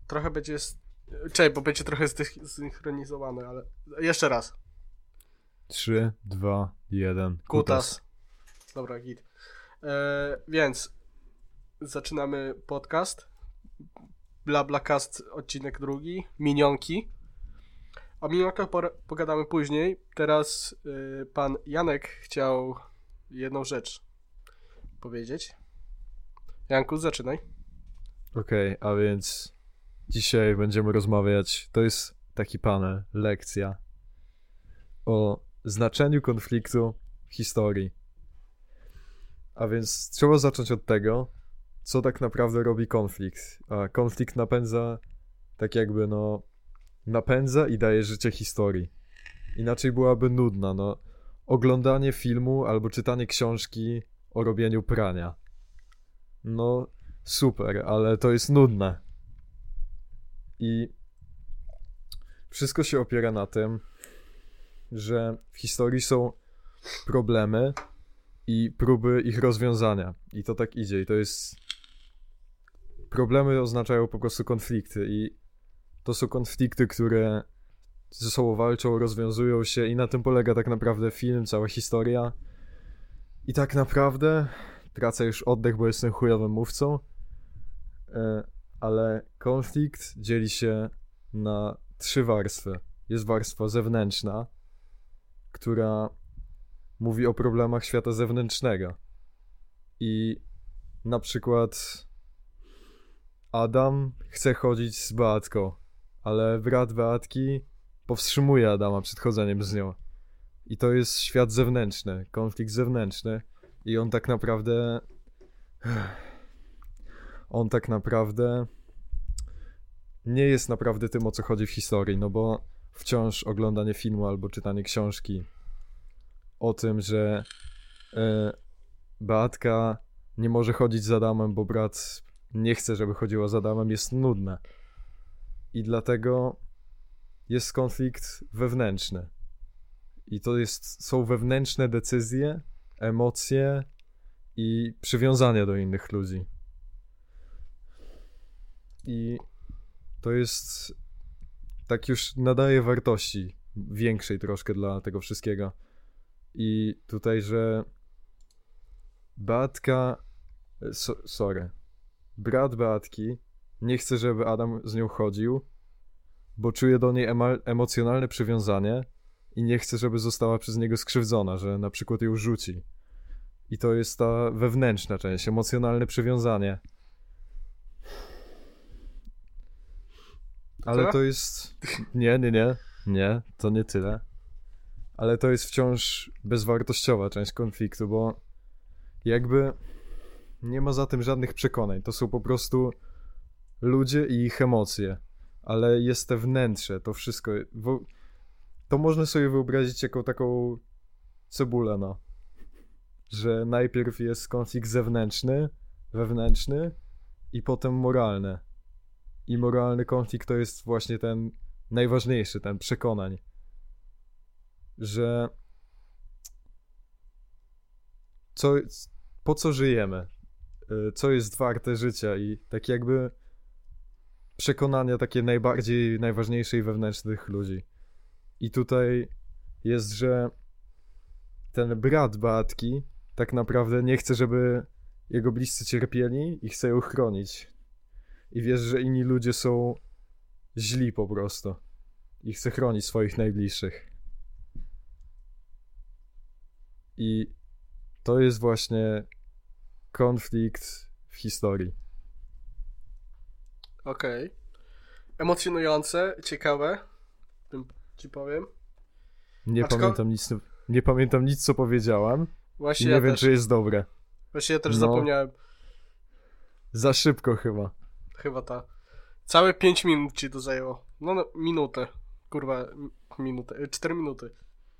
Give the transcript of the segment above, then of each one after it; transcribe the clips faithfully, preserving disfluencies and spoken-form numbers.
trochę będzie... s- Czekaj, bo będzie trochę zdych- zsynchronizowane, ale... Jeszcze raz. trzy, dwa, jeden. Kutas. Dobra, git. E, więc zaczynamy podcast. BlaBlaCast, odcinek drugi. Minionki. O minionkach por- pogadamy później. Teraz y, pan Janek chciał jedną rzecz powiedzieć. Janku, zaczynaj. Okej, a więc dzisiaj będziemy rozmawiać, to jest taki panel, lekcja o znaczeniu konfliktu w historii. A więc trzeba zacząć od tego, co tak naprawdę robi konflikt. A konflikt napędza, tak jakby no, napędza i daje życie historii. Inaczej byłaby nudna, no. Oglądanie filmu albo czytanie książki o robieniu prania. No, super, ale to jest nudne. I wszystko się opiera na tym, że w historii są problemy i próby ich rozwiązania. I to tak idzie. I to jest... Problemy oznaczają po prostu konflikty i to są konflikty, które ze sobą walczą, rozwiązują się i na tym polega tak naprawdę film, cała historia. I tak naprawdę tracę już oddech, bo jestem chujowym mówcą, e, ale konflikt dzieli się na trzy warstwy. Jest warstwa zewnętrzna, która mówi o problemach świata zewnętrznego. I na przykład Adam chce chodzić z Beatką, ale brat Beatki powstrzymuje Adama przed chodzeniem z nią. I to jest świat zewnętrzny, konflikt zewnętrzny. I on tak naprawdę... On tak naprawdę... nie jest naprawdę tym, o co chodzi w historii, no bo wciąż oglądanie filmu albo czytanie książki o tym, że e, Beatka nie może chodzić z Adamem, bo brat nie chce, żeby chodziła z Adamem, jest nudne. I dlatego jest konflikt wewnętrzny. I to jest, są wewnętrzne decyzje, emocje i przywiązania do innych ludzi. I to jest... tak już nadaje wartości większej troszkę dla tego wszystkiego. I tutaj, że Beatka... So, sorry. Brat Beatki nie chce, żeby Adam z nią chodził, bo czuje do niej ema- emocjonalne przywiązanie i nie chce, żeby została przez niego skrzywdzona, że na przykład ją rzuci. I to jest ta wewnętrzna część, emocjonalne przywiązanie. Ale Tyle? to jest... Nie, nie, nie. Nie, to nie tyle. Ale to jest wciąż bezwartościowa część konfliktu, bo jakby nie ma za tym żadnych przekonań. To są po prostu ludzie i ich emocje. Ale jest te wnętrze, to wszystko... Wo... To można sobie wyobrazić jako taką cebulę, no. Że najpierw jest konflikt zewnętrzny, wewnętrzny i potem moralny. I moralny konflikt to jest właśnie ten najważniejszy, ten przekonań. Że co, po co żyjemy? Co jest warte życia i tak jakby przekonania takie najbardziej, najważniejsze i wewnętrznych ludzi. I tutaj jest, że ten brat Beatki tak naprawdę nie chce, żeby jego bliscy cierpieli i chce ją chronić. I wiesz, że inni ludzie są źli po prostu. I chce chronić swoich najbliższych. I to jest właśnie konflikt w historii. Okej. Okay. Emocjonujące, ciekawe. Tym ci powiem. Nie Aczko... pamiętam nic, nie pamiętam nic, co powiedziałem. Właśnie I nie ja wiem, też. czy jest dobre. Właśnie ja też No. zapomniałem. Za szybko chyba. Chyba ta. Całe pięć minut ci to zajęło. No, no minutę. Kurwa, minutę. cztery minuty.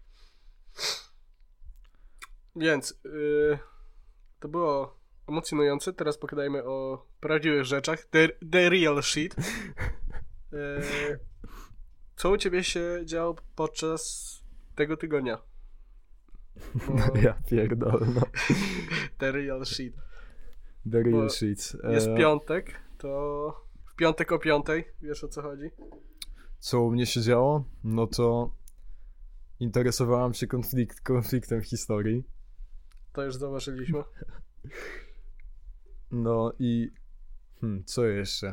Więc yy, to było emocjonujące. Teraz pogadajmy o prawdziwych rzeczach. The, the real shit. Yy, co u ciebie się działo podczas tego tygodnia? Bo... No ja pierdolę, no. The real shit. The real Bo shit. Jest e... piątek, to w piątek o piątej, wiesz o co chodzi? Co u mnie się działo? No to interesowałem się konflikt, konfliktem w historii. To już zauważyliśmy. No i hmm, co jeszcze?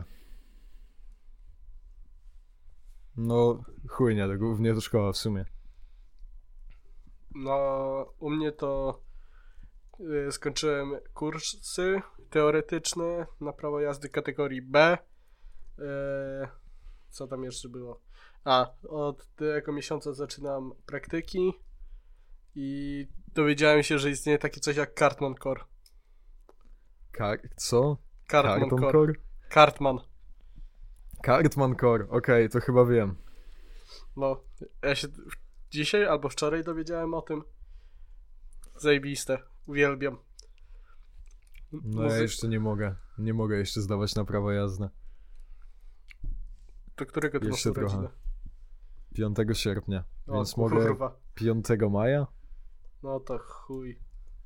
No chujnia, to głównie to szkoła w sumie. No, u mnie to y, skończyłem kursy teoretyczne na prawo jazdy kategorii B. Y, co tam jeszcze było? A, od tego miesiąca zaczynam praktyki i dowiedziałem się, że istnieje takie coś jak Cartman Core. Kar- co? Cartman Carton Core. Core? Cartman. Cartman Core, okej, okay, to chyba wiem. No, ja się dzisiaj albo wczoraj dowiedziałem o tym. Zajebiste. Uwielbiam. No ja jeszcze nie mogę. Nie mogę jeszcze zdawać na prawo jazdy. Do którego ty Jeszcze masz urodziny? trochę. piątego sierpnia. O, Więc mogę kurwa. piątego maja? No to chuj.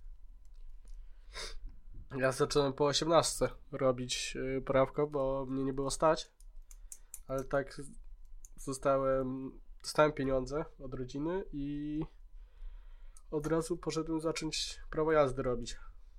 Ja zacząłem po osiemnastce robić yy, prawko, bo mnie nie było stać. Ale tak zostałem, dostałem pieniądze od rodziny i od razu poszedłem zacząć prawo jazdy robić.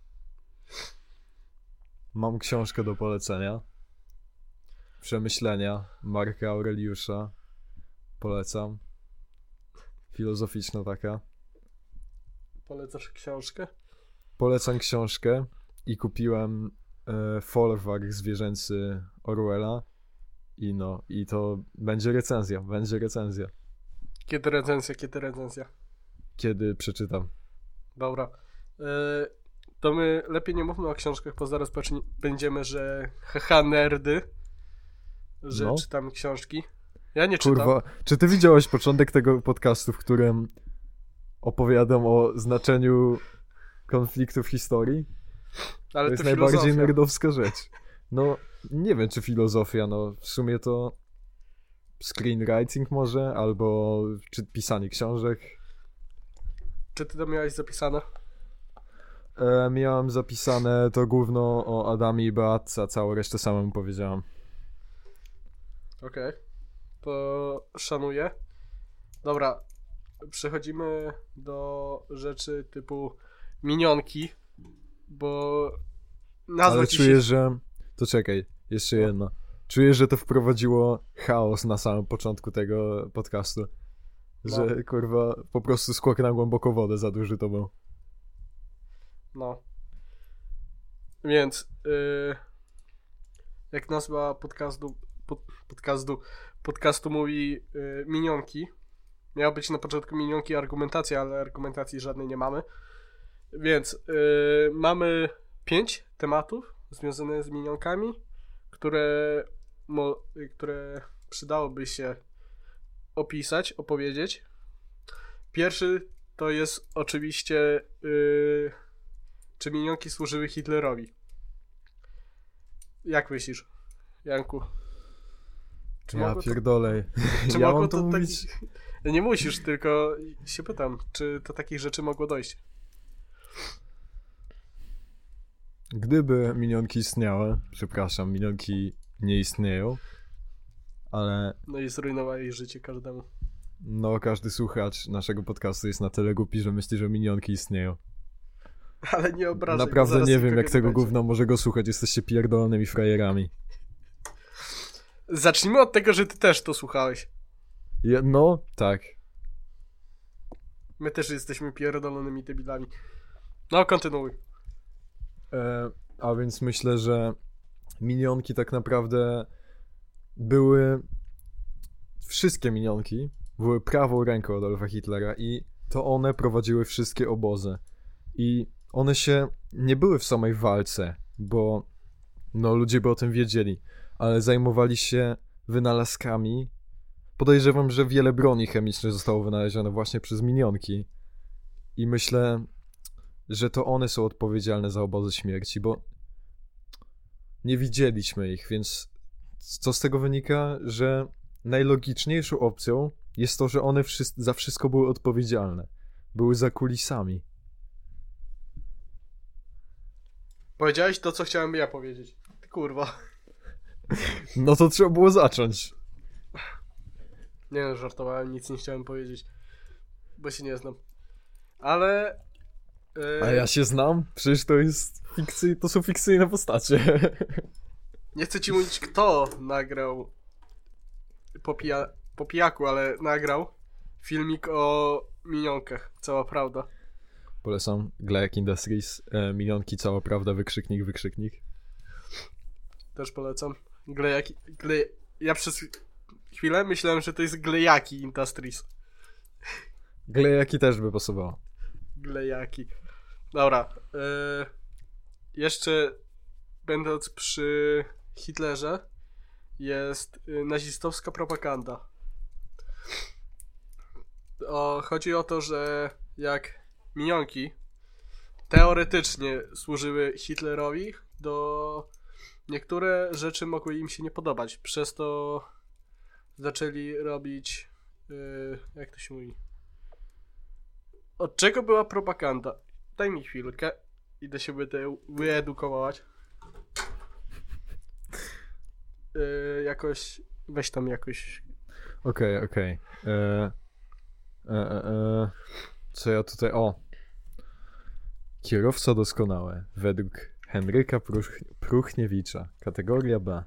Mam książkę do polecenia. Przemyślenia Marka Aureliusza. Polecam. Filozoficzna taka. Polecasz książkę? Polecam książkę i kupiłem e, folwark zwierzęcy Orwella. I no, i to będzie recenzja, będzie recenzja. Kiedy recenzja, kiedy recenzja? Kiedy przeczytam. Dobra. Yy, to my lepiej nie mówmy o książkach, bo zaraz patrz, będziemy, że haha nerdy, że No. czytamy książki. Ja nie czytam. Kurwa, czy ty widziałeś początek tego podcastu, w którym opowiadam o znaczeniu konfliktu w historii? Ale to jest to najbardziej filozofia. nerdowska rzecz. No, nie wiem, czy filozofia, no w sumie to screenwriting może, albo czy pisanie książek. Czy ty to miałeś zapisane? E, miałem zapisane to gówno o Adamie i Beatce, a całą resztę samemu powiedziałem. Okej. Okay. To szanuję. Dobra. Przechodzimy do rzeczy typu minionki, bo nazwa Ale ci czuję, się... że... To czekaj, jeszcze No. jedno. Czuję, że to wprowadziło chaos na samym początku tego podcastu. Że, No. kurwa, po prostu skok na głęboką wodę za duży to był. No. Więc yy, jak nazwa podcastu pod, podcastu, podcastu mówi yy, minionki, miała być na początku minionki argumentacja, ale argumentacji żadnej nie mamy. Więc yy, mamy pięć tematów związanych z minionkami, które, mo, które przydałoby się opisać, opowiedzieć. Pierwszy to jest oczywiście yy, czy minionki służyły Hitlerowi? Jak myślisz, Janku? Czy Ja mogło to- pierdolej. Czy ja mogło mam to to mówić... taki... Nie musisz, tylko się pytam, czy do takich rzeczy mogło dojść? Gdyby minionki istniały, przepraszam, minionki nie istnieją, ale No i zrujnowali życie każdemu. no każdy słuchacz naszego podcastu jest na tyle głupi, że myśli, że minionki istnieją. Ale nie obrażaj. bo Naprawdę zaraz nie nikogo wiem, jak tego będzie. gówna może go słuchać, jesteście pierdolonymi frajerami. Zacznijmy od tego, że ty też to słuchałeś. Je, no, tak. My też jesteśmy pierdolonymi debilami. No, kontynuuj. E, a więc myślę, że minionki tak naprawdę były... Wszystkie minionki były prawą ręką Adolfa Hitlera i to one prowadziły wszystkie obozy. I one się nie były w samej walce, bo no ludzie by o tym wiedzieli, ale zajmowali się wynalazkami. Podejrzewam, że wiele broni chemicznych zostało wynalezione właśnie przez minionki. I myślę, że to one są odpowiedzialne za obozy śmierci, bo nie widzieliśmy ich, więc co z tego wynika, że najlogiczniejszą opcją jest to, że one wszy- za wszystko były odpowiedzialne. Były za kulisami. Powiedziałeś to, co chciałem ja powiedzieć. Ty kurwa. No to trzeba było zacząć. Nie no, żartowałem, nic nie chciałem powiedzieć, bo się nie znam. Ale... Yy... A ja się znam? Przecież to jest fikcy... to są fikcyjne postacie. Nie chcę ci mówić, kto nagrał po, pija... po pijaku, ale nagrał filmik o minionkach. Cała prawda. Polecam Glejak Industries, e, minionki, cała prawda, wykrzyknik, wykrzyknik. Też polecam. Glejaki... Gle... Ja przez chwilę myślałem, że to jest Glejaki Industries. Glejaki też by pasowało. Glejaki. Dobra. Yy... Jeszcze będąc przy Hitlerze, jest y, nazistowska propaganda. O, chodzi o to, że jak minionki teoretycznie służyły Hitlerowi, to niektóre rzeczy mogły im się nie podobać. Przez to zaczęli robić y, jak to się mówi? Od czego była propaganda? Daj mi chwilkę. Idę się wyde- wyedukować. Yy, jakoś... Weź tam jakoś... Okej, okay, okej. Okay. E, e, e, co ja tutaj... O! Kierowca doskonały. Według Henryka Pruch- Pruchniewicza. Kategoria B.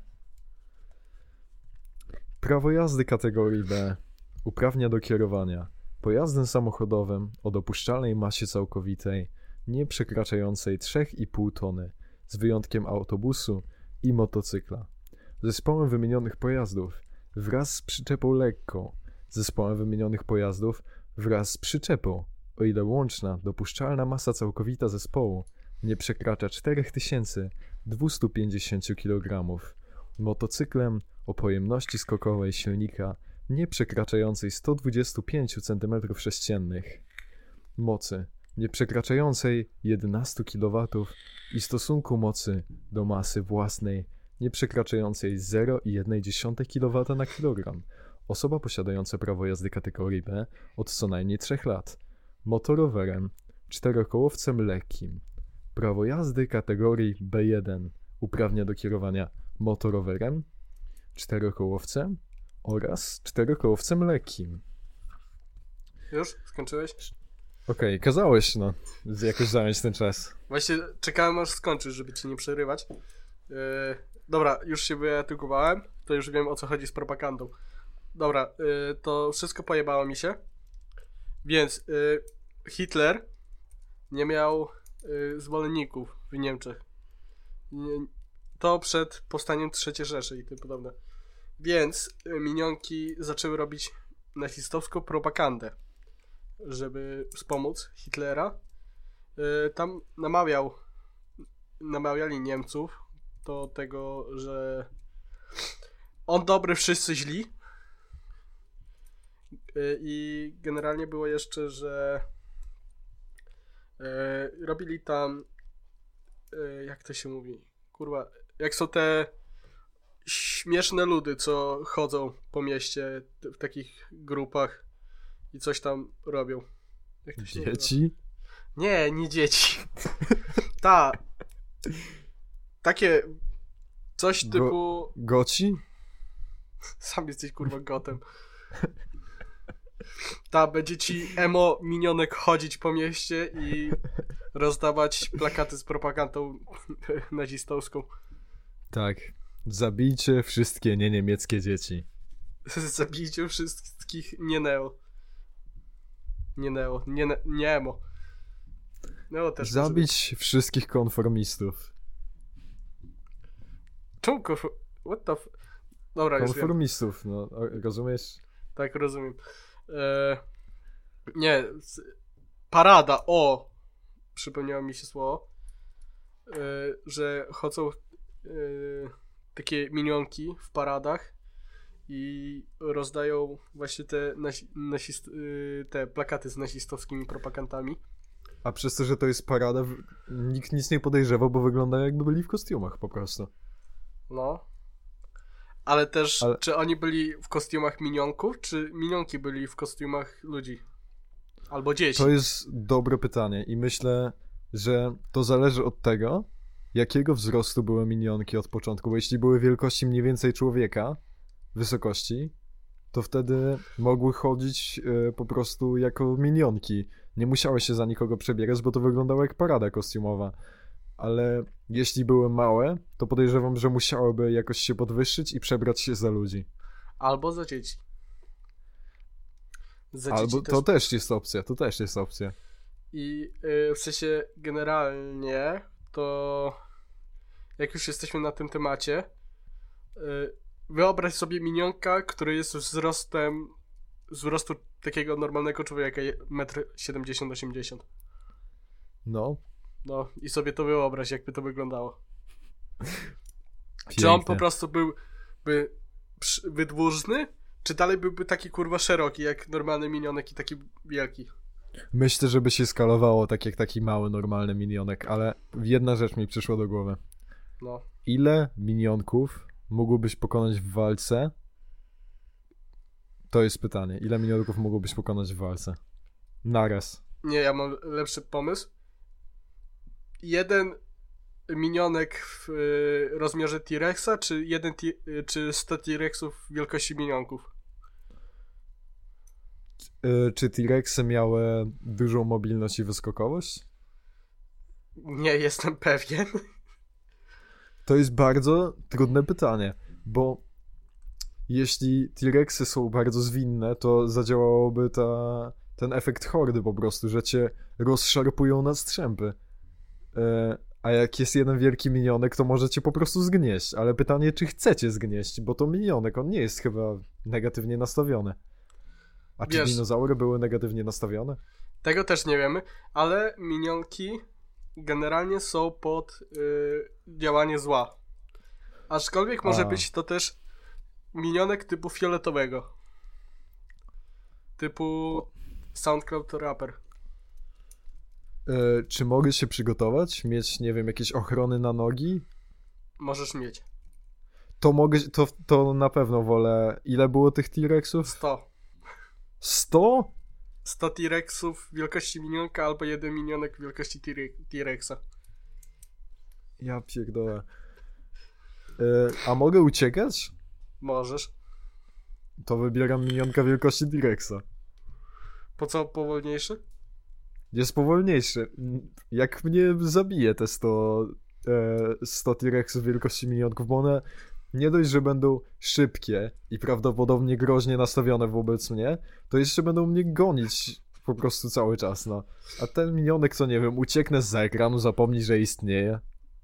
Prawo jazdy kategorii B uprawnia do kierowania pojazdem samochodowym o dopuszczalnej masie całkowitej nie przekraczającej trzy i pół tony, z wyjątkiem autobusu i motocykla. Zespołem wymienionych pojazdów wraz z przyczepą lekką, zespołem wymienionych pojazdów wraz z przyczepą, o ile łączna dopuszczalna masa całkowita zespołu nie przekracza cztery tysiące dwieście pięćdziesiąt kilogramów, motocyklem o pojemności skokowej silnika nie przekraczającej sto dwadzieścia pięć centymetrów sześciennych, mocy nie przekraczającej jedenaście kilowatów i stosunku mocy do masy własnej nie przekraczającej zero przecinek jeden kilowata na kilogram. Osoba posiadająca prawo jazdy kategorii B od co najmniej trzech lat. Motorowerem, czterokołowcem lekkim. Prawo jazdy kategorii B jeden uprawnia do kierowania motorowerem, czterokołowcem oraz czterokołowcem lekkim. Już? Skończyłeś? Okej, okay, kazałeś no jakoś zająć ten czas. Właśnie czekałem aż skończysz, żeby ci nie przerywać. Yy, dobra, już się wyedukowałem, to już wiem o co chodzi z propagandą. Dobra, yy, to wszystko pojebało mi się. Więc yy, Hitler nie miał yy, zwolenników w Niemczech. Nie, to przed powstaniem trzeciej Rzeszy i tym podobne. Więc yy, minionki zaczęły robić nazistowską propagandę, żeby wspomóc Hitlera. Yy, tam namawiał namawiali Niemców do tego, że on dobry, wszyscy źli. Yy, I generalnie było jeszcze, że yy, robili tam yy, jak to się mówi? Kurwa, jak są te śmieszne ludy, co chodzą po mieście w takich grupach i coś tam robią. Jak to się Dzieci? nazywa? Nie, nie dzieci. Ta. Takie coś typu... Go, goci? Sam jesteś kurwa gotem. Ta, będzie ci emo minionek chodzić po mieście i rozdawać plakaty z propagandą nazistowską. Tak. Zabijcie wszystkie nieniemieckie dzieci. Zabijcie wszystkich nie neo. Nie neo. Nie, ne, nie emo. Neo też Zabić może... wszystkich konformistów. Czemu konfor... What the f... Dobra, konformistów, no. Rozumiesz? Tak, rozumiem. Eee, nie. Parada, o! Przypomniało mi się słowo. Eee, że chodzą eee, takie minionki w paradach i rozdają właśnie te, nasi, nasist, eee, te plakaty z nazistowskimi propagandami. A przez to, że to jest parada, nikt nic nie podejrzewał, bo wyglądają jakby byli w kostiumach po prostu. No. Ale też, Ale... czy oni byli w kostiumach minionków, czy minionki byli w kostiumach ludzi? Albo dzieci? To jest dobre pytanie i myślę, że to zależy od tego, jakiego wzrostu były minionki od początku, bo jeśli były wielkości mniej więcej człowieka, wysokości, to wtedy mogły chodzić y, po prostu jako minionki. Nie musiały się za nikogo przebierać, bo to wyglądało jak parada kostiumowa. Ale jeśli były małe, to podejrzewam, że musiałyby jakoś się podwyższyć i przebrać się za ludzi. Albo za dzieci. Za Albo dzieci to też jest opcja, to też jest opcja. I yy, w sensie generalnie to jak już jesteśmy na tym temacie, yy, wyobraź sobie minionka, który jest wzrostem wzrostu takiego normalnego człowieka, metr siedemdziesiąt osiemdziesiąt. No. No i sobie to wyobraź, jakby to wyglądało. Pięknie. Czy on po prostu byłby wydłużny, czy dalej byłby taki kurwa szeroki, jak normalny minionek i taki wielki? Myślę, żeby się skalowało tak jak taki mały, normalny minionek, ale jedna rzecz mi przyszła do głowy. No. Ile minionków mógłbyś pokonać w walce? To jest pytanie. Ile minionków mógłbyś pokonać w walce? Naraz. Nie, ja mam lepszy pomysł. Jeden minionek w y, rozmiarze T-Rexa, czy jeden t- y, czy sto T-Rexów wielkości minionków? Y, czy T-Rexy miały dużą mobilność i wyskokowość? Nie jestem pewien. To jest bardzo trudne pytanie, bo jeśli T-Rexy są bardzo zwinne, to zadziałałoby ta, ten efekt hordy po prostu, że cię rozszarpują na strzępy. E, a jak jest jeden wielki minionek, to może cię po prostu zgnieść. Ale pytanie, czy chcecie zgnieść, bo to minionek, on nie jest chyba negatywnie nastawiony. A czy Wiesz, dinozaury były negatywnie nastawione? tego też nie wiemy, ale minionki generalnie są pod y, działanie zła. Aczkolwiek może A. być to też minionek typu fioletowego. Typu SoundCloud Rapper. E, czy mogę się przygotować? Mieć, nie wiem, jakieś ochrony na nogi? Możesz mieć. To mogę, to, to na pewno wolę. Ile było tych T-Rexów? sto. sto? sto T-Rexów wielkości minionka albo jeden minionek wielkości T- T-Rexa. Ja pierdolę. E, a mogę uciekać? Możesz. To wybieram minionka wielkości T-Rexa. Po co powolniejszy? Jest powolniejszy. Jak mnie zabije te sto, e, sto T-Rexów wielkości minionków, bo one nie dość, że będą szybkie i prawdopodobnie groźnie nastawione wobec mnie, to jeszcze będą mnie gonić po prostu cały czas, no. A ten minionek, co nie wiem, ucieknę z ekranu, zapomni, że istnieje.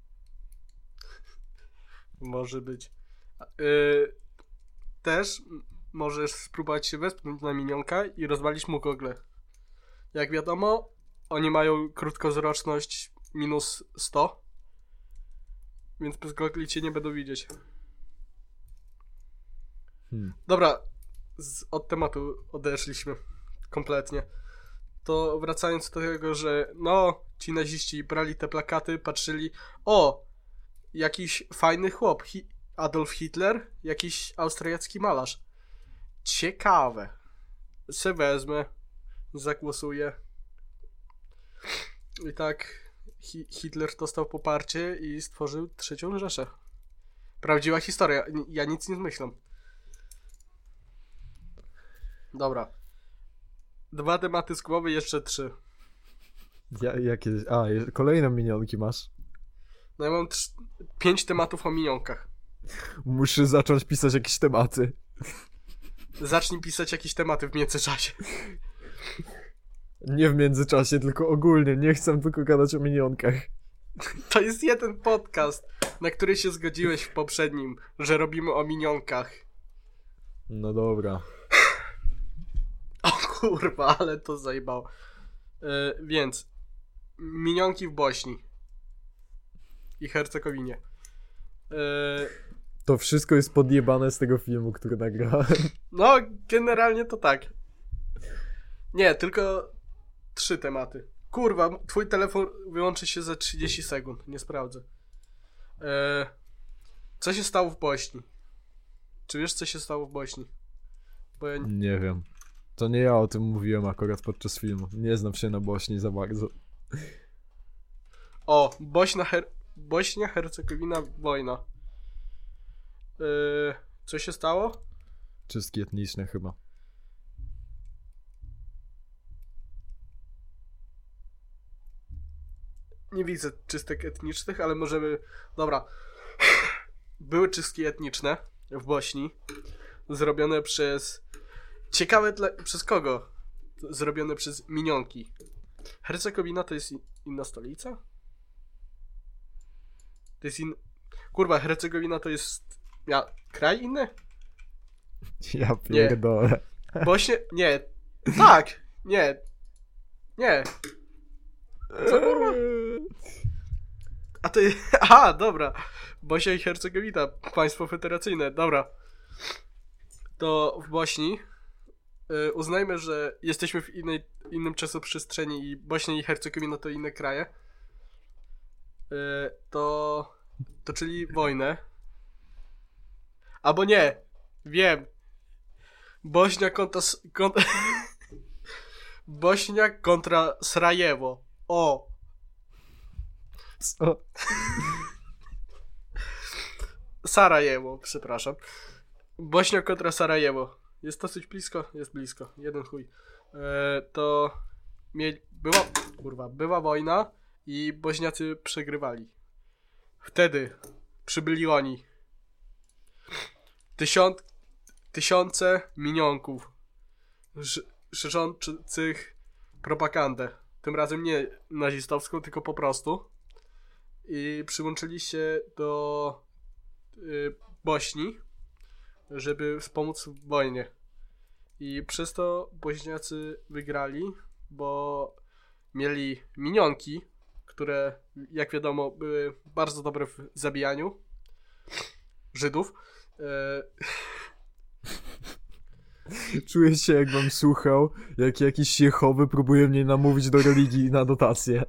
Może być. Yy, też możesz spróbować się wespnąć na minionka i rozwalić mu gogle. Jak wiadomo, oni mają krótkowzroczność minus sto, więc bez gogli cię nie będą widzieć. Hmm. Dobra, z, od tematu odeszliśmy kompletnie. To wracając do tego, że no, ci naziści brali te plakaty, patrzyli, o, jakiś fajny chłop, Hi- Adolf Hitler, jakiś austriacki malarz. Ciekawe. Se wezmę, zagłosuję. I tak Hi- Hitler dostał poparcie i stworzył trzecią Rzeszę. Prawdziwa historia, ja nic nie zmyślam. Dobra. Dwa tematy z głowy, jeszcze trzy. Ja, jakie... A, je- kolejne minionki masz. No ja mam trz- pięć tematów o minionkach. Muszę zacząć pisać jakieś tematy. Zacznij pisać jakieś tematy w międzyczasie. Nie w międzyczasie, tylko ogólnie. Nie chcę tylko gadać o minionkach. To jest jeden podcast, na który się zgodziłeś w poprzednim, że robimy o minionkach. No dobra. O kurwa, ale to zajebało. Yy, więc minionki w Bośni i Hercegowinie. Yy, To wszystko jest podjebane z tego filmu, który nagrałem. no, generalnie to tak. Nie, tylko trzy tematy. Kurwa, twój telefon wyłączy się za trzydzieści sekund. Nie sprawdzę. Yy, co się stało w Bośni? Czy wiesz, co się stało w Bośni? Bo ja... Nie wiem. To nie ja o tym mówiłem akurat podczas filmu. Nie znam się na Bośni za bardzo. O, Bośna, Her... Bośnia, Hercegowina, wojna. Yy, co się stało? Czystki etniczne chyba. Nie widzę czystek etnicznych, ale możemy... Dobra. Były czystki etniczne w Bośni. Zrobione przez... Ciekawe dla... Przez kogo? Zrobione przez minionki. Hercegowina to jest inna stolica? To jest in... Kurwa, Hercegowina to jest... Ja... Kraj inny? Ja pierdolę. Bośnie... Nie. Tak! Nie. Nie. Co kurwa? A ty... Aha, dobra. Bośnia i Hercegowina. Państwo federacyjne. Dobra. To w Bośni y, uznajmy, że jesteśmy w innej, innym czasoprzestrzeni i Bośnia i Hercegowina to inne kraje. Y, to... Toczyli wojnę. Albo nie. Wiem. Bośnia kontra... kontra Bośnia kontra Sarajewo. O! Co? Sarajewo, przepraszam. Bośnia kontra Sarajewo. Jest dosyć blisko? Jest blisko. Jeden chuj. E, to... Mie... Była... Kurwa. Była wojna i Bośniacy przegrywali. Wtedy przybyli oni. Tysiąc... Tysiące minionków ż... szerzących propagandę. Tym razem nie nazistowską, tylko po prostu. I przyłączyli się do y, Bośni, żeby wspomóc w wojnie. I przez to Bośniacy wygrali, bo mieli minionki, które, jak wiadomo, były bardzo dobre w zabijaniu Żydów. E... Czuję się, jakbym słuchał, jak jakiś Jehowy próbuje mnie namówić do religii na dotację.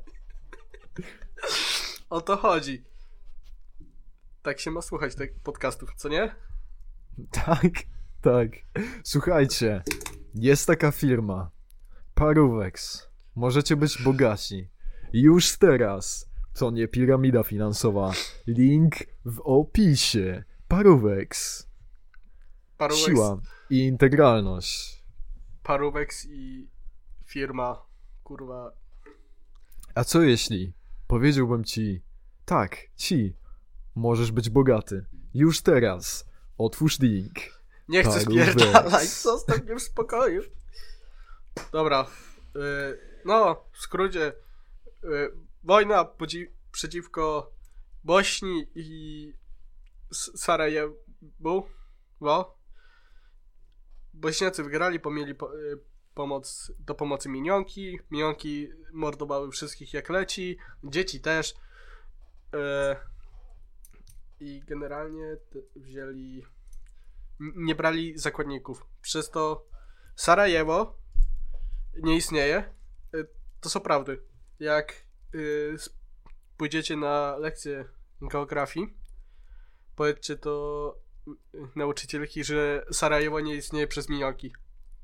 O to chodzi. Tak się ma słuchać tych podcastów, co nie? Tak, tak. Słuchajcie, jest taka firma, Paruwex. Możecie być bogaci. Już teraz. To nie piramida finansowa. Link w opisie. Paruwex. Paruwex, Siła i integralność. Paruwex i firma, kurwa. A co jeśli powiedziałbym ci, tak, ci, możesz być bogaty. Już teraz. Otwórz link. Nie chcę Paruwex. spierdalać, zostaw mnie w spokoju. Dobra. Yy, no, w skrócie. Yy, wojna podzi- przeciwko Bośni i S- Sarajewu. Bo Bośniacy wygrali, pomieli po- yy, pomoc, do pomocy minionki. Minionki mordowały wszystkich jak leci. Dzieci też. Yy, I generalnie t- wzięli... n- Nie brali zakładników. Przez to Sarajewo nie istnieje. Y, To są prawdy. Jak y, s- pójdziecie na lekcję geografii, powiedzcie to y, nauczycielki, że Sarajewo nie istnieje przez minionki.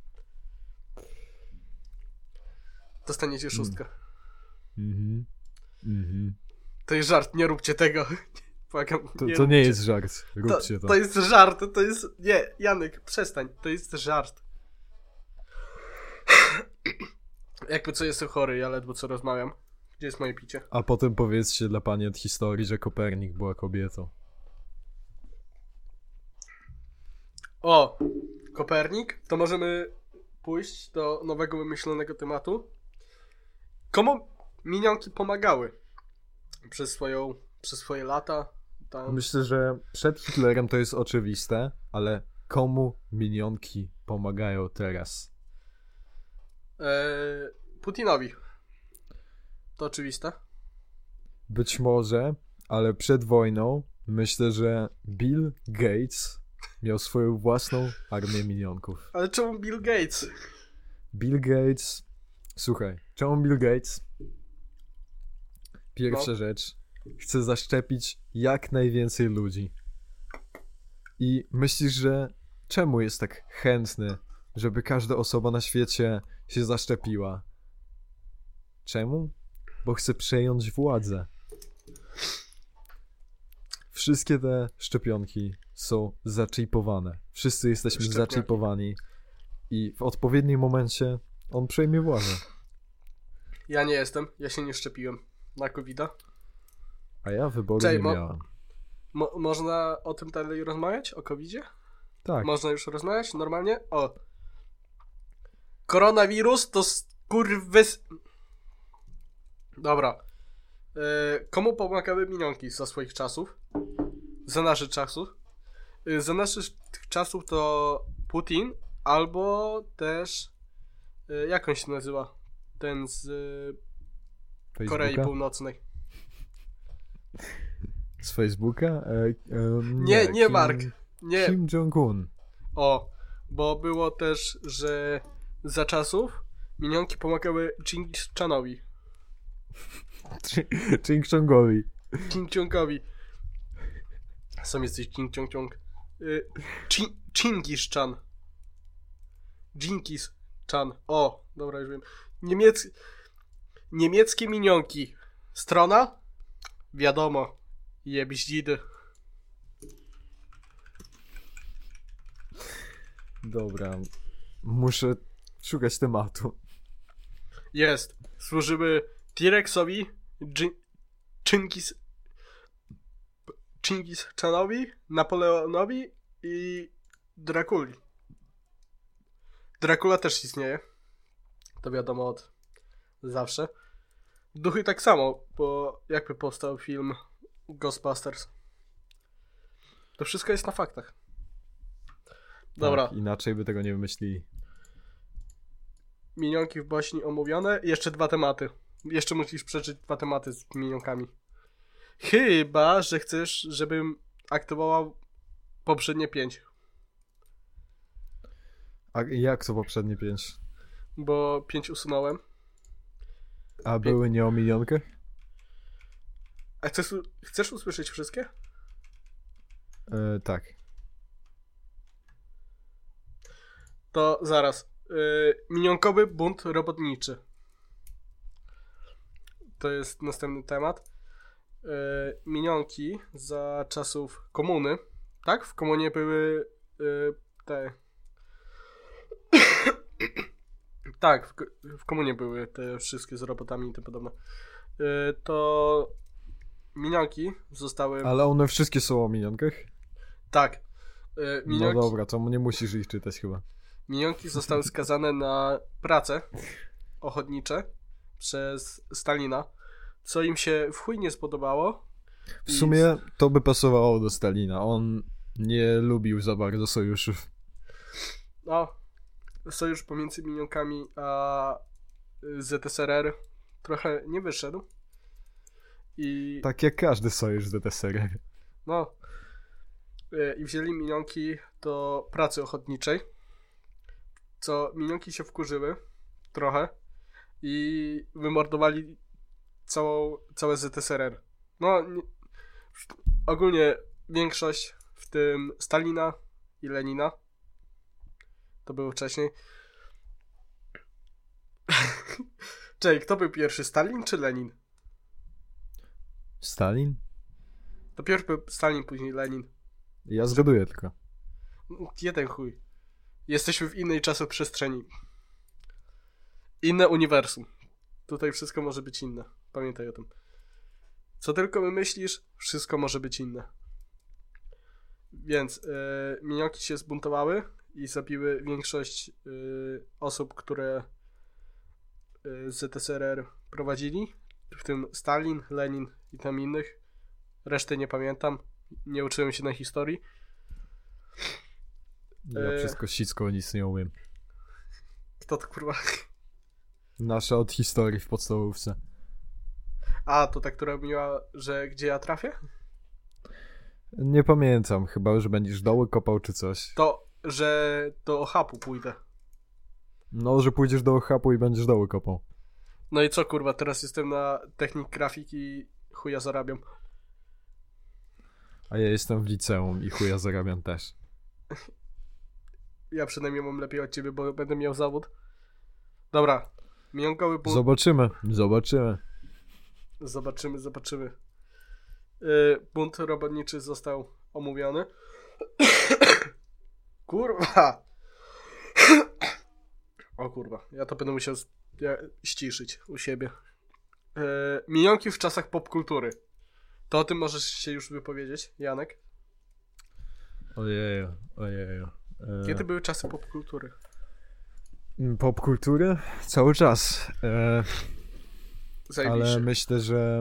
Dostaniecie szóstkę. Mhm. Mhm. To jest żart, nie róbcie tego. Błagam, To, nie to nie róbcie. jest żart. To, Róbcie to. to jest żart, to jest... Nie, Janek, przestań. To jest żart. Jakby co, jestem chory, ja ledwo co rozmawiam. Gdzie jest moje picie? A potem powiedzcie dla pani od historii, że Kopernik była kobietą. O, Kopernik. To możemy pójść do nowego wymyślonego tematu. Komu minionki pomagały przez swoją, przez swoje lata? Tam... Myślę, że przed Hitlerem to jest oczywiste, ale komu minionki pomagają teraz? Eee, Putinowi. To oczywiste. Być może, ale przed wojną myślę, że Bill Gates miał swoją własną armię minionków. Ale czemu Bill Gates? Bill Gates... Słuchaj, czemu Bill Gates? Pierwsza No. rzecz. Chce zaszczepić jak najwięcej ludzi. I myślisz, że czemu jest tak chętny, żeby każda osoba na świecie się zaszczepiła? Czemu? Bo chce przejąć władzę. Wszystkie te szczepionki są zaczipowane. Wszyscy jesteśmy Szczepionki. zaczipowani i w odpowiednim momencie on przejmie władzę. Ja nie jestem, ja się nie szczepiłem na kowida. A ja wyboru Czej, nie mo- miałem. Mo- można o tym dalej rozmawiać? O kowidzie? Tak. Można już rozmawiać normalnie? O. Koronawirus to skurwys... Dobra. E, komu pomagały minionki za swoich czasów? Za naszych czasów? E, za naszych czasów to Putin, albo też... E, jak on się nazywa? Ten z e, Korei Facebooka? Północnej. Z Facebooka? E, e, Nie, nie Kim, Mark. Nie. Kim Jong-un. O, bo było też, że za czasów minionki pomagały Chingis Chanowi. Ching Chongowi. King Chongowi. Sam jesteś King Chong Chong. Y, Chi- Chingis Chan. Jinkis Chan. O, dobra, już wiem. Niemiec... Niemieckie minionki. Strona? Wiadomo. Jebździdy. Dobra. Muszę szukać tematu. Jest. Służyły T-Rexowi, Dżin- Chingis... Chingis Chanowi, Napoleonowi i Drakuli. Dracula też istnieje. To wiadomo od zawsze. Duchy tak samo, bo jakby powstał film Ghostbusters. To wszystko jest na faktach. Dobra. Tak, inaczej by tego nie wymyślili. Minionki w Bośni omówione. Jeszcze dwa tematy. Jeszcze musisz przeczytać dwa tematy z minionkami. Chyba, że chcesz, żebym aktywował poprzednie pięć. A jak to poprzednie pięć? Bo pięć usunąłem. A były nie o minionkę? A chcesz, chcesz usłyszeć wszystkie? E, tak. To zaraz. Yy, minionkowy bunt robotniczy. To jest następny temat. Yy, minionki za czasów komuny. Tak? W komunie były yy, te... tak, w, ko- w komunie były te wszystkie z robotami i tym podobne. Yy, to minionki zostały... Ale one wszystkie są o minionkach? Tak. Yy, minionki... No dobra, to nie musisz ich czytać chyba. Minionki zostały skazane na prace ochotnicze przez Stalina, co im się w chuj nie spodobało. W sumie to by pasowało do Stalina. On nie lubił za bardzo sojuszów. No, sojusz pomiędzy minionkami a Z S R R trochę nie wyszedł. I Tak jak każdy sojusz z D T S R R. no, i wzięli minionki do pracy ochotniczej, co minionki się wkurzyły trochę i wymordowali całą, całe Z S R R. No, nie, ogólnie większość, w tym Stalina i Lenina, to było wcześniej. Czekaj, kto był pierwszy, Stalin czy Lenin? Stalin? To pierwszy był Stalin, później Lenin. Ja zgaduję tylko. Jeden chuj. Jesteśmy w innej czasoprzestrzeni. Inne uniwersum. Tutaj wszystko może być inne. Pamiętaj o tym. Co tylko wymyślisz, wszystko może być inne. Więc yy, minionki się zbuntowały i zabiły większość yy, osób, które yy, Z S R R prowadzili. W tym Stalin, Lenin i tam innych. Reszty nie pamiętam. Nie uczyłem się na historii. Ja E- wszystko sicko, nic nie umiem. Kto to kurwa... Nasze od historii w podstawówce. A, to ta, która mówiła, że gdzie ja trafię? Nie pamiętam, chyba że będziesz doły kopał czy coś. To, że do Ohapu pójdę. No, że pójdziesz do Ohapu i będziesz doły kopał. No i co kurwa, teraz jestem na technik grafiki i chuja zarabiam. A ja jestem w liceum i chuja zarabiam też. Ja przynajmniej mam lepiej od ciebie, bo będę miał zawód. Dobra, minionkowy bunt. Zobaczymy, zobaczymy. Zobaczymy, zobaczymy. Yy, bunt robotniczy został omówiony. Kurwa! O kurwa, ja to będę musiał z- ja, ściszyć u siebie. Yy, minionki w czasach popkultury. To o tym możesz się już wypowiedzieć, Janek? Ojeju, ojeju. E, Kiedy były czasy popkultury? Popkultury? Cały czas. E, Zajebiście. ale myślę, że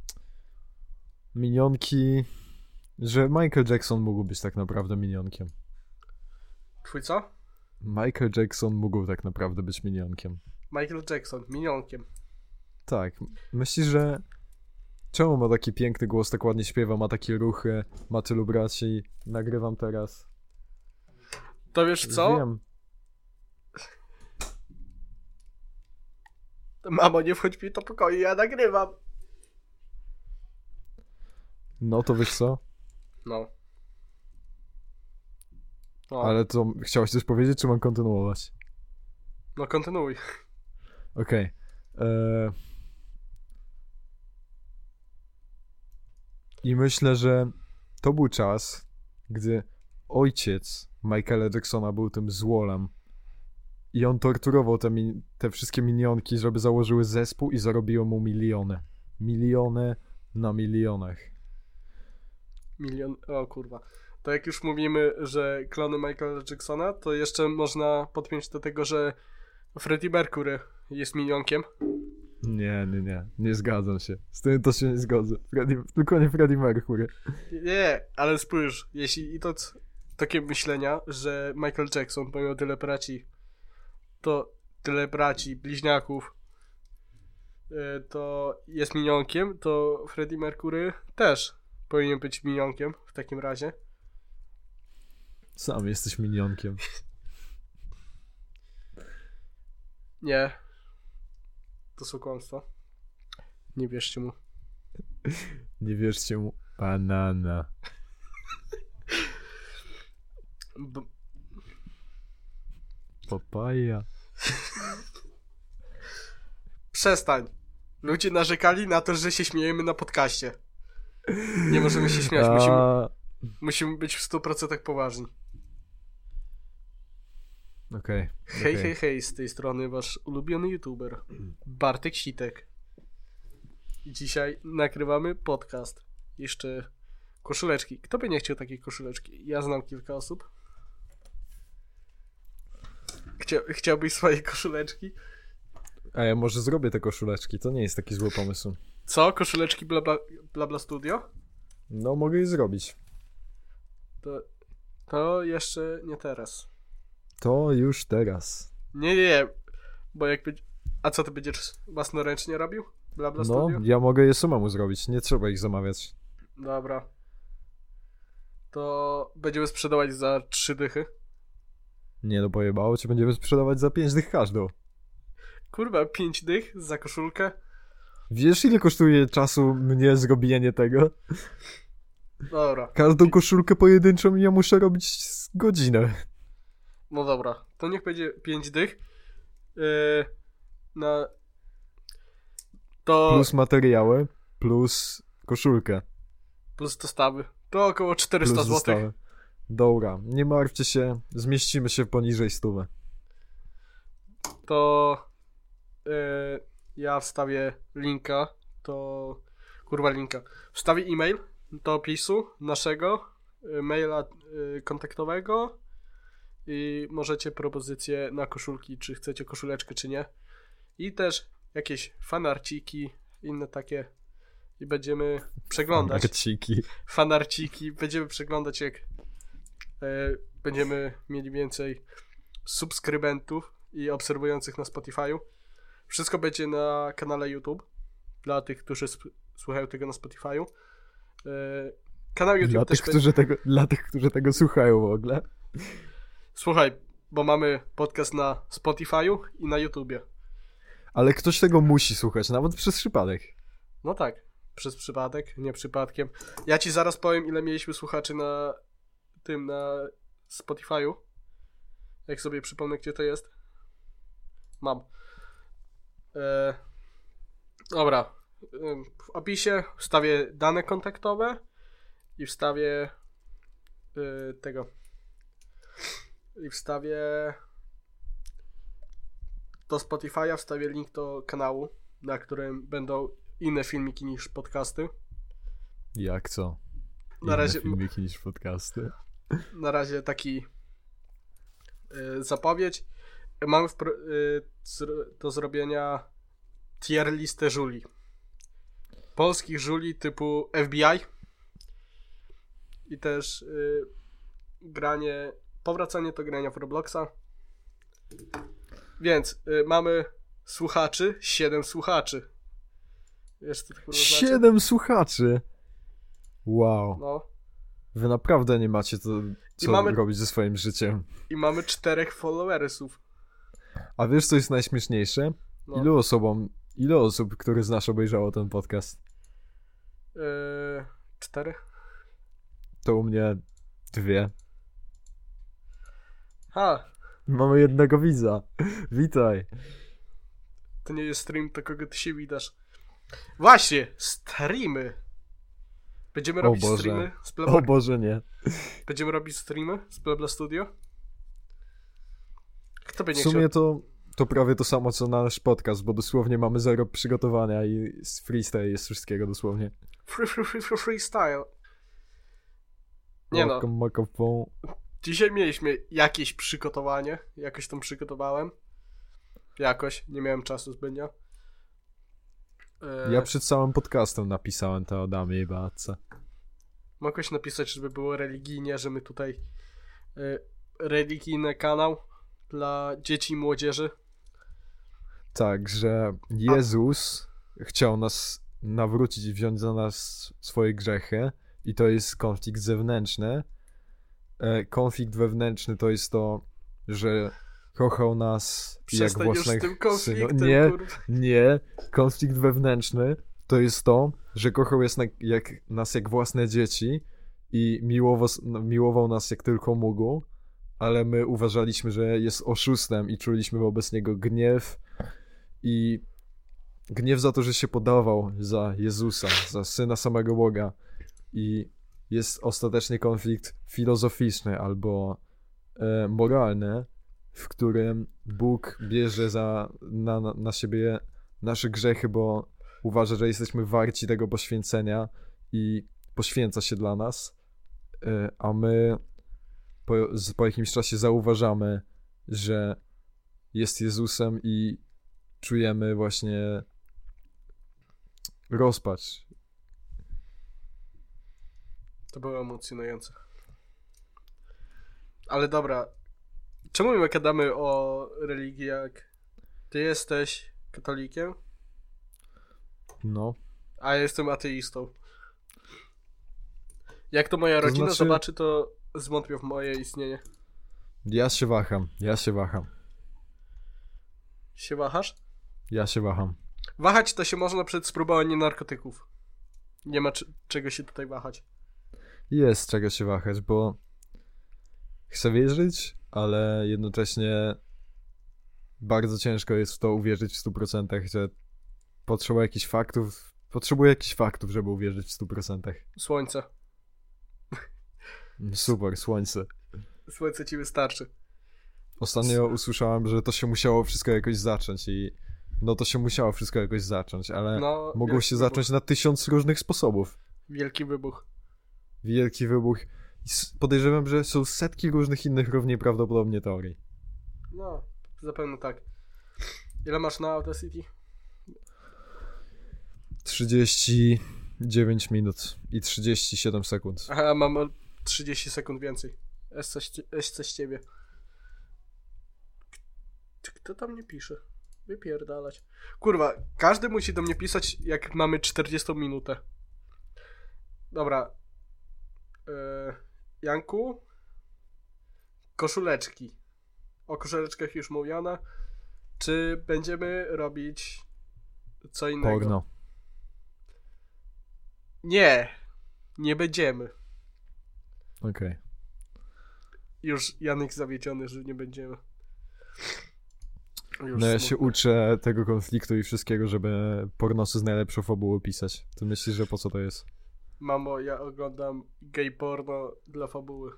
minionki, że Michael Jackson mógł być tak naprawdę minionkiem. Twój co? Michael Jackson mógł tak naprawdę być minionkiem. Michael Jackson, minionkiem. Tak. Myślisz, że czemu ma taki piękny głos, tak ładnie śpiewa, ma takie ruchy, ma tylu braci, nagrywam teraz. To wiesz co? Wiem. Mamo, nie wchodź mi do pokoju, ja nagrywam. No to wiesz co? No. No, Ale to chciałeś coś powiedzieć, czy mam kontynuować? no kontynuuj. Okej. Eee, I myślę, że to był czas, gdy ojciec Michaela Jacksona był tym złolem. I on torturował te, mi- te wszystkie minionki, żeby założyły zespół i zarobiło mu miliony. Miliony na milionach. Milion... O kurwa. To jak już mówimy, że klony Michaela Jacksona, to jeszcze można podpiąć do tego, że Freddie Mercury jest minionkiem. Nie, nie, nie. Nie zgadzam się. Z tym to się nie zgodzę. Freddie, tylko nie Freddie Mercury. Nie, ale spójrz, jeśli i to c- takie myślenia, że Michael Jackson, pomimo tyle braci, to tyle braci, bliźniaków, y, to jest minionkiem, to Freddie Mercury też powinien być minionkiem w takim razie. Sam jesteś minionkiem. Nie. To są kłamstwa. Nie wierzcie mu. Nie wierzcie mu. Banana. B- Papaja. Przestań. Ludzie narzekali na to, że się śmiejemy na podcaście. Nie możemy się śmiać, musimy, A, musimy być w stu procentach poważni. Okej. Hej, okej. hej, hej, z tej strony wasz ulubiony youtuber Bartek Sitek. I dzisiaj nagrywamy podcast. Jeszcze koszuleczki. Kto by nie chciał takiej koszuleczki? Ja znam kilka osób. Chcia, chciałbyś swojej koszuleczki? A ja może zrobię te koszuleczki, to nie jest taki zły pomysł. Co? Koszuleczki bla bla, bla, bla studio? No, mogę je zrobić. To, to jeszcze nie teraz. To już teraz. Nie, nie, nie. Bo jak będzie... A co, ty będziesz własnoręcznie robił? Bla bla No, studio? ja mogę je samemu zrobić, nie trzeba ich zamawiać. Dobra. To będziemy sprzedawać za trzy dychy. Nie no, pojebało cię, będziemy sprzedawać za pięć dych każdą. Kurwa, pięć dych za koszulkę? Wiesz, ile kosztuje czasu mnie zrobienie tego? Dobra. Każdą koszulkę pojedynczą ja muszę robić z godzinę. No dobra. To niech będzie pięć dych. Yy, na... To... Plus materiały, plus koszulkę. Plus dostawy. To około czterysta Plus złotych. zostały. Dobra, nie martwcie się, zmieścimy się poniżej stówę. To... Yy, ja wstawię linka. To... Kurwa linka. Wstawię e-mail do opisu naszego yy, maila yy, kontaktowego i możecie propozycje na koszulki, czy chcecie koszuleczkę, czy nie. I też jakieś fanarciki, inne takie i będziemy przeglądać. Marciki. Fanarciki, będziemy przeglądać jak e, będziemy mieli więcej subskrybentów i obserwujących na Spotify'u. Wszystko będzie na kanale YouTube dla tych, którzy sp- słuchają tego na Spotify'u. E, kanał YouTube Dla też tych, be- którzy tego, dla tych, którzy tego słuchają w ogóle. Słuchaj, bo mamy podcast na Spotify'u i na YouTubie. Ale ktoś tego musi słuchać, nawet przez przypadek. No tak, przez przypadek, nie przypadkiem. Ja ci zaraz powiem, ile mieliśmy słuchaczy na tym, na Spotify'u. Jak sobie przypomnę, gdzie to jest. Mam. E... Dobra, w opisie wstawię dane kontaktowe i wstawię yy, tego i wstawię do Spotify'a, wstawię link do kanału, na którym będą inne filmiki niż podcasty. Jak co? Inne Na razie filmiki niż podcasty. Na razie taki yy, zapowiedź. Mamy wpro- yy, zro- do zrobienia tier listę żuli. Polskich żuli typu F B I i też yy, granie, powracanie do grania w Robloxa. Więc yy, mamy słuchaczy, siedem słuchaczy. Wiesz, co to kurwa znaczy? Siedem słuchaczy! Wow. No. Wy naprawdę nie macie co, co mamy- robić ze swoim życiem. I mamy czterech followersów. A wiesz, co jest najśmieszniejsze? No. Ilu osobom, ile osób, które znasz, obejrzało ten podcast? Yy, cztery? To u mnie dwie. Ha! Mamy jednego widza. Witaj. To nie jest stream, to kogo ty się widasz. Właśnie, streamy. Będziemy O robić Boże. streamy z O Plebla... Boże, nie. Będziemy robić streamy z Plebla Studio? Kto by W nie sumie chciał? to, to prawie to samo, co nasz podcast, bo dosłownie mamy zero przygotowania i z freestyle jest wszystkiego dosłownie. Free, free, free, free, freestyle. Nie no, Moko, moko, pą. dzisiaj mieliśmy jakieś przygotowanie. Jakoś tam przygotowałem. Jakoś, nie miałem czasu zbytnio. E, Ja przed całym podcastem napisałem to o Adamie i Beatce. Mogłeś napisać, żeby było religijnie, że my tutaj e, religijny kanał dla dzieci i młodzieży. Tak, że Jezus chciał nas nawrócić i wziąć za nas swoje grzechy i to jest konflikt zewnętrzny. E, konflikt wewnętrzny to jest to, że kochał nas jak Przestań już z własnych tym konfliktem, synów. Nie, kurwa. nie. Konflikt wewnętrzny to jest to, że kochał jest na, jak, nas jak własne dzieci i miłował, miłował nas jak tylko mógł, ale my uważaliśmy, że jest oszustem i czuliśmy wobec niego gniew i gniew za to, że się podawał za Jezusa, za Syna samego Boga. I jest ostatecznie konflikt filozoficzny albo e, moralny, w którym Bóg bierze za, na, na, na siebie nasze grzechy, bo uważa, że jesteśmy warci tego poświęcenia i poświęca się dla nas, e, a my po, z, po jakimś czasie zauważamy, że jest Jezusem i czujemy właśnie rozpacz. To było emocjonujące. Ale dobra. Czemu my gadamy o religii, jak ty jesteś katolikiem, No. a ja jestem ateistą? Jak to moja To rodzina znaczy- zobaczy, to zwątpią w moje istnienie. Ja się waham, ja się waham, Się wahasz? ja się waham. Wahać to się można przed spróbowaniem narkotyków. Nie ma c- czego się tutaj wahać. Jest czego się wahać, bo chcę wierzyć, ale jednocześnie bardzo ciężko jest w to uwierzyć w stu procentach, że potrzebuję jakichś faktów, potrzebuję jakichś faktów, żeby uwierzyć w stu procentach. Słońce. Super, słońce. Słońce ci wystarczy. Ostatnio usłyszałem, że to się musiało wszystko jakoś zacząć i no to się musiało wszystko jakoś zacząć, ale No, mogło wielki się wybuch. zacząć na tysiąc różnych sposobów. Wielki wybuch. Wielki wybuch. I s- podejrzewam, że są setki różnych innych równie prawdopodobnie teorii. No, zapewne tak. Ile masz na Audacity? trzydzieści dziewięć minut i trzydzieści siedem sekund. Aha, mam o trzydzieści sekund więcej. S coś, S coś ciebie. K- Kto tam nie pisze? Wypierdalać. Kurwa, każdy musi do mnie pisać, jak mamy czterdziestą minutę. Dobra. Yy, Janku? Koszuleczki. O koszuleczkach już mówiono. Czy będziemy robić co innego? Porno. Nie. Nie będziemy. Okej. Już Janek zawiedziony, że nie będziemy. No ja się uczę tego konfliktu i wszystkiego, żeby pornosy z najlepszą fabułą pisać. Ty myślisz, że po co to jest? Mamo, ja oglądam gay porno dla fabuły.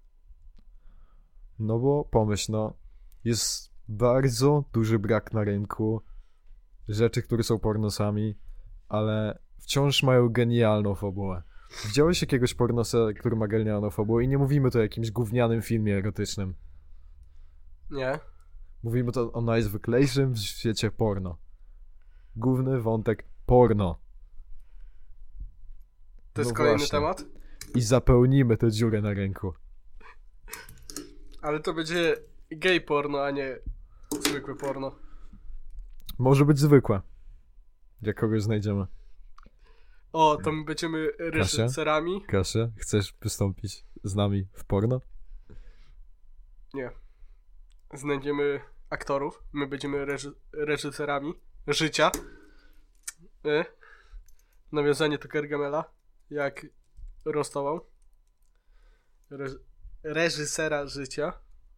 No bo pomyśl, no, jest bardzo duży brak na rynku rzeczy, które są pornosami, ale wciąż mają genialną fabułę. Widziałeś jakiegoś pornosa, który ma genialną fabułę i nie mówimy tu o jakimś gównianym filmie erotycznym. Nie. Mówimy to o najzwyklejszym w świecie porno. Główny wątek porno. To jest No kolejny właśnie. temat? I zapełnimy tę dziurę na rynku. Ale to będzie gay porno, a nie zwykłe porno. Może być zwykłe. Jak kogoś znajdziemy. O, to my będziemy reżyserami. Kasia, chcesz wystąpić z nami w porno? Nie. Znajdziemy aktorów. My będziemy reży- reżyserami życia. Y? Nawiązanie do Gargamela. Jak roztował. Re- reżysera życia.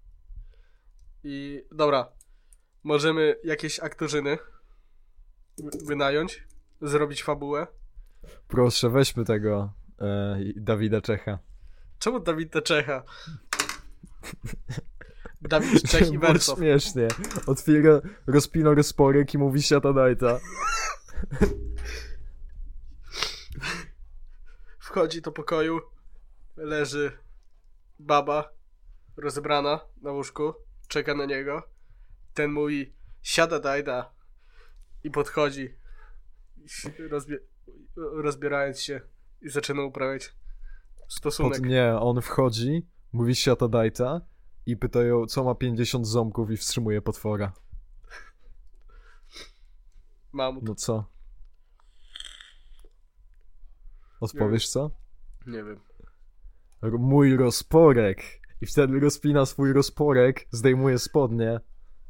I dobra. Możemy jakieś aktorzyny wy- wynająć. Zrobić fabułę. Proszę, weźmy tego e, Dawida Czecha. Czemu Dawid Czecha? Dawid Czech i Było Wersow. śmiesznie. Otwiera, rozpina rozporek i mówi siata dajta. Wchodzi do pokoju, leży baba rozebrana na łóżku, czeka na niego. Ten mówi siada dajda i podchodzi, rozbie- rozbierając się i zaczyna uprawiać stosunek. Pod, nie, on wchodzi, mówi siata dajta i pytają, co ma pięćdziesiąt ząbków i wstrzymuje potwora. Mamut. No co? Odpowiesz co? Nie wiem. R- mój rozporek. I wtedy rozpina swój rozporek, zdejmuje spodnie.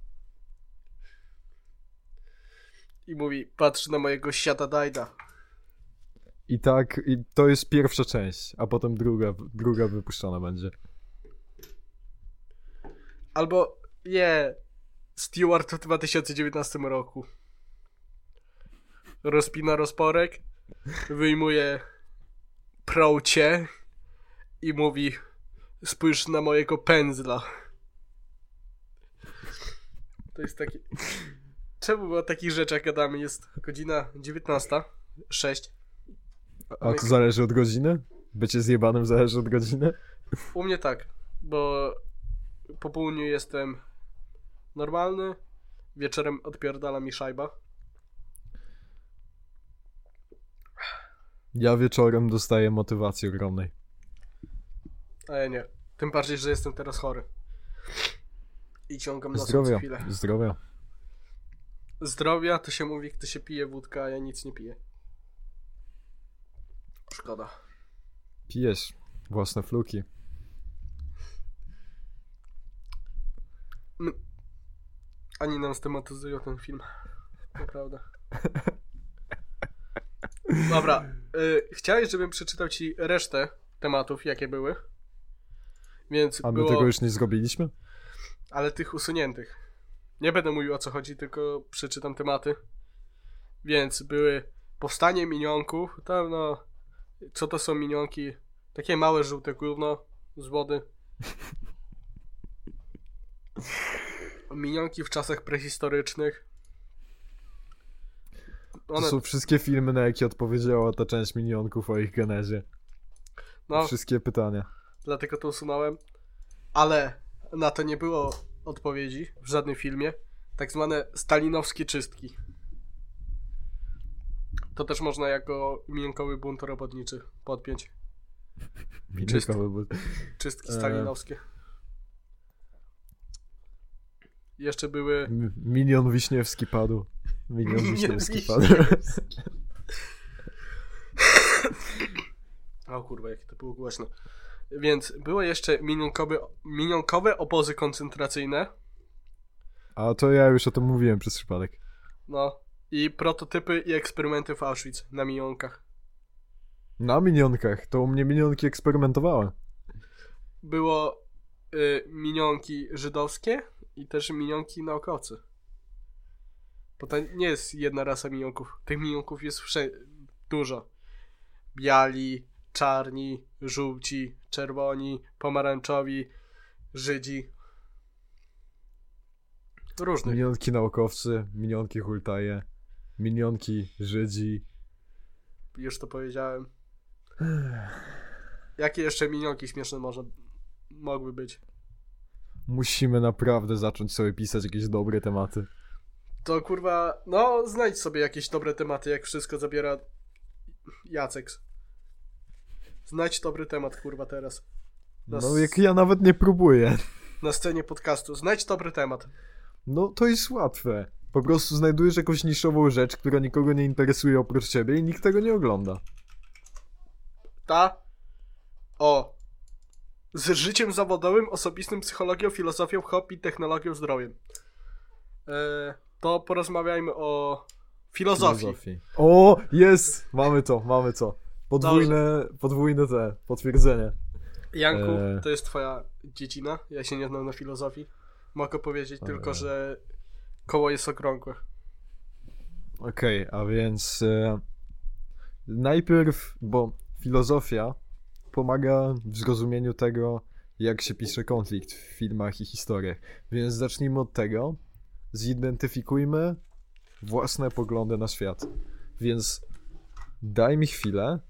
I mówi, patrz na mojego siata dajda. I tak, i to jest pierwsza część, a potem druga, druga wypuszczona będzie. Albo nie, Stewart w dwa tysiące dziewiętnastym roku. Rozpina rozporek, wyjmuje procie i mówi, spójrz na mojego pędzla. To jest taki... Czemu o takich rzeczach gadamy? Jest godzina dziewiętnasta sześć. A to zależy od godziny? Bycie zjebanym zależy od godziny? U mnie tak, bo po południu jestem normalny, wieczorem odpierdala mi szajba. Ja wieczorem dostaję motywacji ogromnej. A ja nie. Tym bardziej, że jestem teraz chory. I ciągam nosem co Zdrowia, chwilę. zdrowia. Zdrowia to się mówi, kto się pije wódkę, a ja nic nie piję. Szkoda. Pijesz własne fluki. My... Ani nam stematyzują ten film. Naprawdę. Dobra. Y, chciałeś, żebym przeczytał ci resztę tematów, jakie były? Więc A my było... tego już nie zrobiliśmy? Ale tych usuniętych. Nie będę mówił, o co chodzi, tylko przeczytam tematy. Więc były powstanie minionków. Tam no... Co to są minionki? Takie małe, żółte gówno z wody. Minionki w czasach prehistorycznych. One... To są wszystkie filmy, na jakie odpowiedziała ta część minionków o ich genezie. No, Wszystkie pytania. dlatego to usunąłem. Ale na to nie było odpowiedzi w żadnym filmie. Tak zwane stalinowskie czystki. To też można jako minionkowy bunt robotniczy podpiąć. Minionkowe, bo... Czystki E. stalinowskie. Jeszcze były... M- Minion Wiśniewski padł. Minion Minion Wiśniewski padł. Wiśniewski. O kurwa, jakie to było głośno. Więc były jeszcze minionkowe, minionkowe obozy koncentracyjne. A to ja już o tym mówiłem przez przypadek. No. I prototypy i eksperymenty w Auschwitz na minionkach. Na minionkach. To u mnie minionki eksperymentowały. Było y, minionki żydowskie i też minionki naukowcy. Bo to nie jest jedna rasa minionków. Tych minionków jest wszędzie dużo. Biali, czarni, żółci, czerwoni, pomarańczowi, Żydzi. Różnych. Minionki naukowcy, minionki hultaje, minionki Żydzi. Już to powiedziałem. Jakie jeszcze minionki śmieszne może mogły być? Musimy naprawdę zacząć sobie pisać jakieś dobre tematy. To kurwa, no znajdź sobie jakieś dobre tematy, jak wszystko zabiera Jacek. Znajdź dobry temat, kurwa, teraz. Na No jak ja nawet nie próbuję. Na scenie podcastu. Znajdź dobry temat. No to jest łatwe. Po prostu znajdujesz jakąś niszową rzecz, która nikogo nie interesuje oprócz ciebie i nikt tego nie ogląda. Ta? O. Z życiem zawodowym, osobistym, psychologią, filozofią, hobby, technologią, zdrowiem. E, to porozmawiajmy o filozofii. filozofii. O, jest! Mamy to, mamy to. Podwójne, podwójne te, potwierdzenie. Janku, e... to jest twoja dziedzina. Ja się nie znam na filozofii. Mogę powiedzieć e... tylko, że koło jest okrągłe. Okej, okay, a więc e... najpierw, bo filozofia pomaga w zrozumieniu tego, jak się pisze konflikt w filmach i historiach. Więc zacznijmy od tego. Zidentyfikujmy własne poglądy na świat. Więc daj mi chwilę.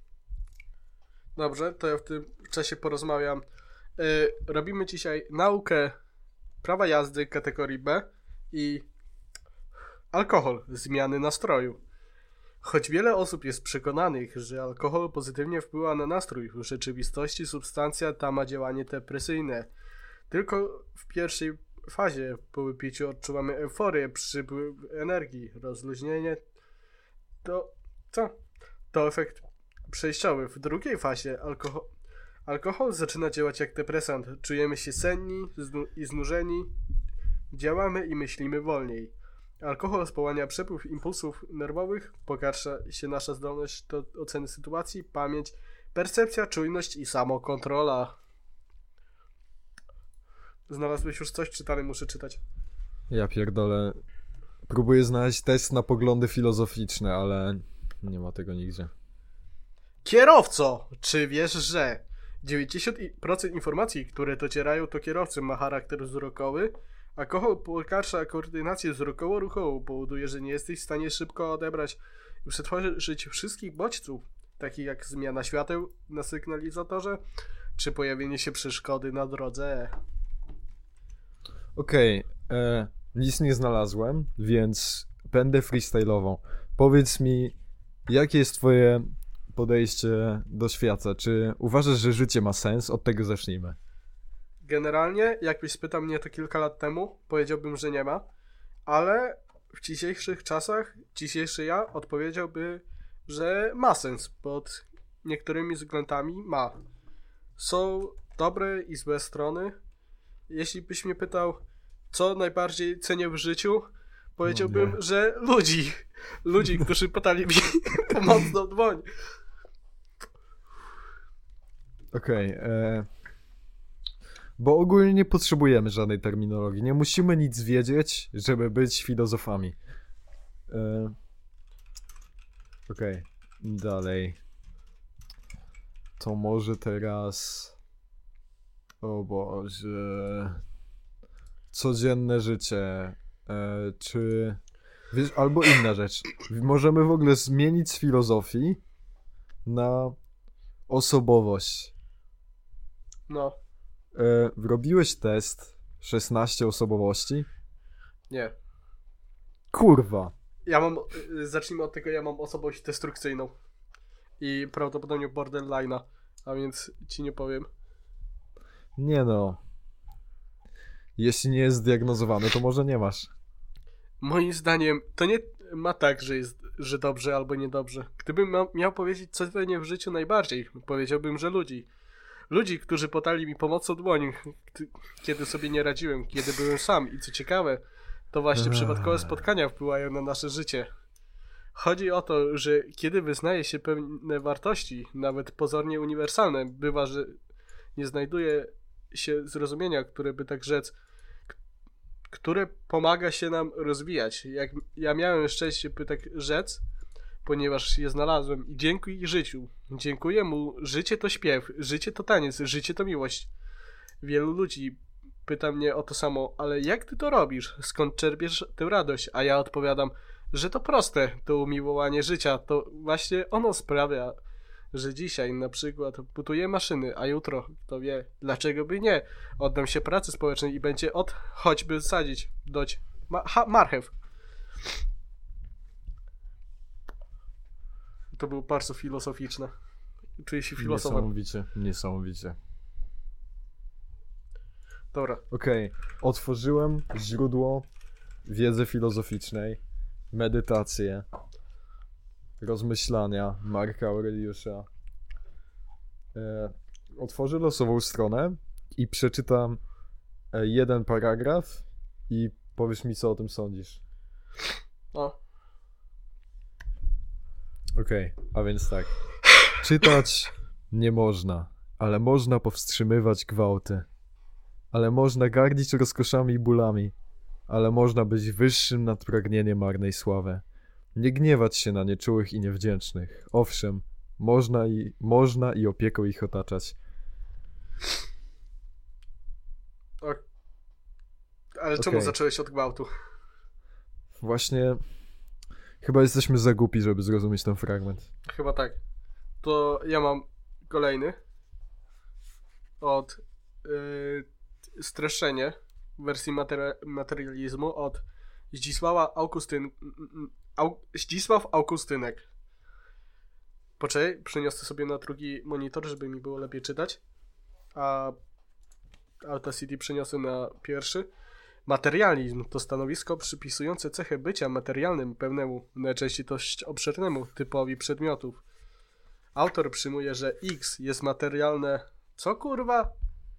Dobrze, to ja w tym czasie porozmawiam. Yy, robimy dzisiaj naukę prawa jazdy kategorii B i alkohol, zmiany nastroju. Choć wiele osób jest przekonanych, że alkohol pozytywnie wpływa na nastrój, w rzeczywistości substancja ta ma działanie depresyjne. Tylko w pierwszej fazie po wypiciu odczuwamy euforię, przypływ energii, rozluźnienie. To co? To efekt przejściowy. W drugiej fazie alkohol, alkohol zaczyna działać jak depresant. Czujemy się senni znu- i znużeni. Działamy i myślimy wolniej. Alkohol spowalnia przepływ impulsów nerwowych, pogarsza się nasza zdolność do oceny sytuacji, pamięć, percepcja, czujność i samokontrola. Znalazłeś już coś, czy dalej muszę czytać? Ja pierdolę. Próbuję znaleźć test na poglądy filozoficzne, ale nie ma tego nigdzie. Kierowco! Czy wiesz, że dziewięćdziesiąt procent informacji, które docierają do kierowcy, ma charakter wzrokowy? Alkohol pogarsza koordynację wzrokowo-ruchową, powoduje, że nie jesteś w stanie szybko odebrać i przetworzyć wszystkich bodźców, takich jak zmiana świateł na sygnalizatorze, czy pojawienie się przeszkody na drodze. Okej, okay, nic nie znalazłem, więc będę freestyle'ował. Powiedz mi, jakie jest twoje podejście do świata? Czy uważasz, że życie ma sens? Od tego zacznijmy. Generalnie, jakbyś spytał mnie to kilka lat temu, powiedziałbym, że nie ma, ale w dzisiejszych czasach, dzisiejszy ja odpowiedziałby, że ma sens, pod niektórymi względami ma. Są dobre i złe strony. Jeśli byś mnie pytał, co najbardziej cenię w życiu, powiedziałbym, no że ludzi. Ludzi, którzy podali mi pomocną dłoń. Okej, okay, e... bo ogólnie nie potrzebujemy żadnej terminologii. Nie musimy nic wiedzieć, żeby być filozofami. E... Okej, okay. Dalej. To może teraz... O Boże... Codzienne życie. E, czy... Wiesz, albo inna rzecz. Możemy w ogóle zmienić z filozofii na osobowość. No. E, robiłeś test szesnaście osobowości? Nie. Kurwa. Ja mam... Zacznijmy od tego, ja mam osobowość destrukcyjną. I prawdopodobnie borderline'a. A więc ci nie powiem. Nie no. Jeśli nie jest zdiagnozowany, to może nie masz. Moim zdaniem to nie ma tak, że jest, że dobrze albo niedobrze. Gdybym ma, miał powiedzieć, co cenię w życiu najbardziej, powiedziałbym, że ludzi. Ludzi, którzy podali mi pomocą dłoń, kiedy sobie nie radziłem, kiedy byłem sam. I co ciekawe, to właśnie przypadkowe spotkania wpływają na nasze życie. Chodzi o to, że kiedy wyznaje się pewne wartości, nawet pozornie uniwersalne, bywa, że nie znajduje się zrozumienia, które by tak rzec, które pomaga się nam rozwijać. Jak ja miałem szczęście, by tak rzec, ponieważ je znalazłem i dziękuję życiu. Dziękuję mu. Życie to śpiew, życie to taniec, życie to miłość. Wielu ludzi pyta mnie o to samo, ale jak ty to robisz? Skąd czerpiesz tę radość? A ja odpowiadam, że to proste, to umiłowanie życia. To właśnie ono sprawia, że dzisiaj na przykład buduję maszyny, a jutro, kto wie, dlaczego by nie? Oddam się pracy społecznej i będzie od choćby sadzić, doć ma ha, marchew. To było bardzo filozoficzne. Czuję się filozofem. Niesamowicie, niesamowicie. Dobra. Okej, okay. Otworzyłem źródło wiedzy filozoficznej, medytacje, rozmyślania Marka Aureliusza. E, otworzę losową stronę i przeczytam e, jeden paragraf i powiesz mi, co o tym sądzisz. O. Okej, okay, a więc tak. Czytać nie można, ale można powstrzymywać gwałty. Ale można gardzić rozkoszami i bólami. Ale można być wyższym nad pragnieniem marnej sławy. Nie gniewać się na nieczułych i niewdzięcznych. Owszem, można i, można i opieką ich otaczać. O... Ale czemu okay. zacząłeś od gwałtu? Właśnie... Chyba jesteśmy za głupi, żeby zrozumieć ten fragment. Chyba tak. To ja mam kolejny. Od... Yy, streszczenie w wersji materi- materializmu od Zdzisława Augustyn... Au... Zdzisław Augustynek. Poczekaj, przyniosę sobie na drugi monitor, żeby mi było lepiej czytać. A Audacity przyniosę na pierwszy. Materializm to stanowisko przypisujące cechę bycia materialnym pewnemu, najczęściej dość obszernemu typowi przedmiotów. Autor przyjmuje, że X jest materialne... Co kurwa?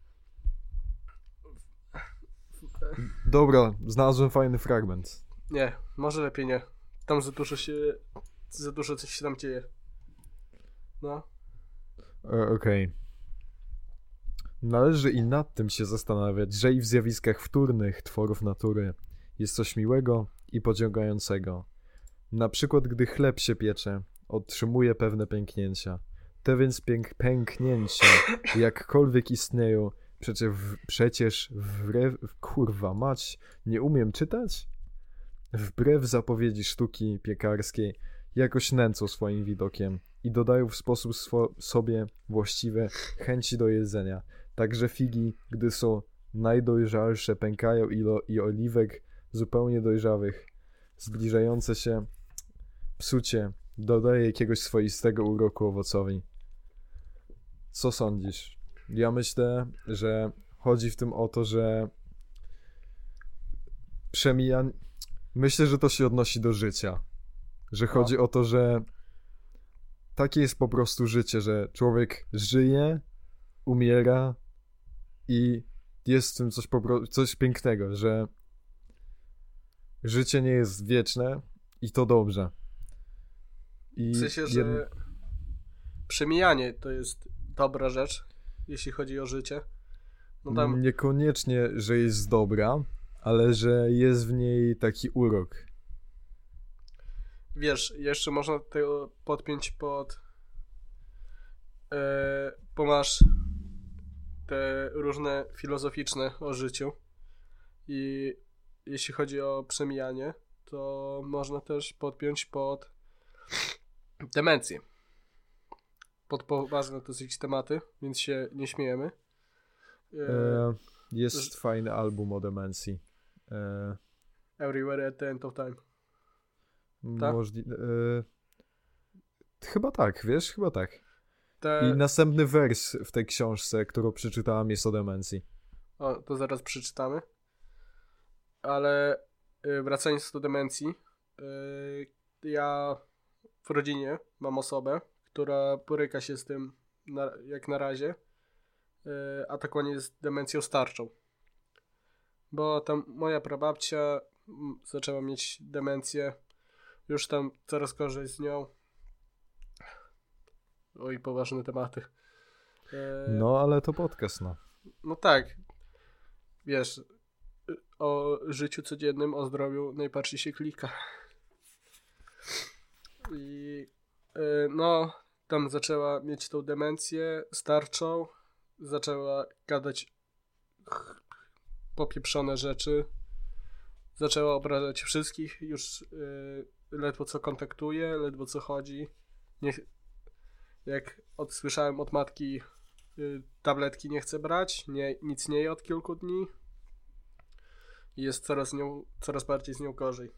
Dobra, znalazłem fajny fragment. Nie, może lepiej nie. Tam za dużo się... Za dużo coś się tam dzieje. No. E, Okej. Okay. Należy i nad tym się zastanawiać, że i w zjawiskach wtórnych tworów natury jest coś miłego i pociągającego. Na przykład, gdy chleb się piecze, otrzymuje pewne pęknięcia. Te więc pięk- pęknięcia, jakkolwiek istnieją, przecież, przecież wbrew... Kurwa mać, nie umiem czytać? Wbrew zapowiedzi sztuki piekarskiej, jakoś nęcą swoim widokiem i dodają w sposób swo- sobie właściwe chęci do jedzenia. Także figi, gdy są najdojrzalsze, pękają i, lo- i oliwek zupełnie dojrzałych, zbliżające się psucie dodaje jakiegoś swoistego uroku owocowi. Co sądzisz? Ja myślę, że chodzi w tym o to, że przemija... Myślę, że to się odnosi do życia. Że chodzi no. o to, że takie jest po prostu życie, że człowiek żyje, umiera i jest w tym coś, po pro... coś pięknego, że życie nie jest wieczne i to dobrze. I w sensie, że jed... przemijanie to jest dobra rzecz, jeśli chodzi o życie. No tam... Niekoniecznie, że jest dobra, ale że jest w niej taki urok. Wiesz, jeszcze można to podpiąć pod... Yy, bo masz te różne filozoficzne o życiu i jeśli chodzi o przemijanie, to można też podpiąć pod demencję. Pod poważne dosyć tematy, więc się nie śmiejemy. E, jest to... fajny album o demencji. E... Everywhere at the End of Time. Tak? Możli... E... Chyba tak, wiesz? Chyba tak. Te... I następny wers w tej książce, którą przeczytałem, jest o demencji. O, to zaraz przeczytamy. Ale wracając do demencji, ja w rodzinie mam osobę, która boryka się z tym na, jak na razie, atakowanie jest demencją starczą. Bo tam moja prababcia zaczęła mieć demencję, już tam coraz gorzej z nią. Oj, poważne tematy. No, ale to podcast, no. No tak. Wiesz, o życiu codziennym, o zdrowiu najbardziej się klika. I yy, no, tam zaczęła mieć tą demencję starczą, zaczęła gadać popieprzone rzeczy, zaczęła obrażać wszystkich, już yy, ledwo co kontaktuje, ledwo co chodzi. Nie, jak odsłyszałem od matki, yy, tabletki nie chce brać, nie, nic nie je od kilku dni i jest coraz, nią, coraz bardziej z nią gorzej.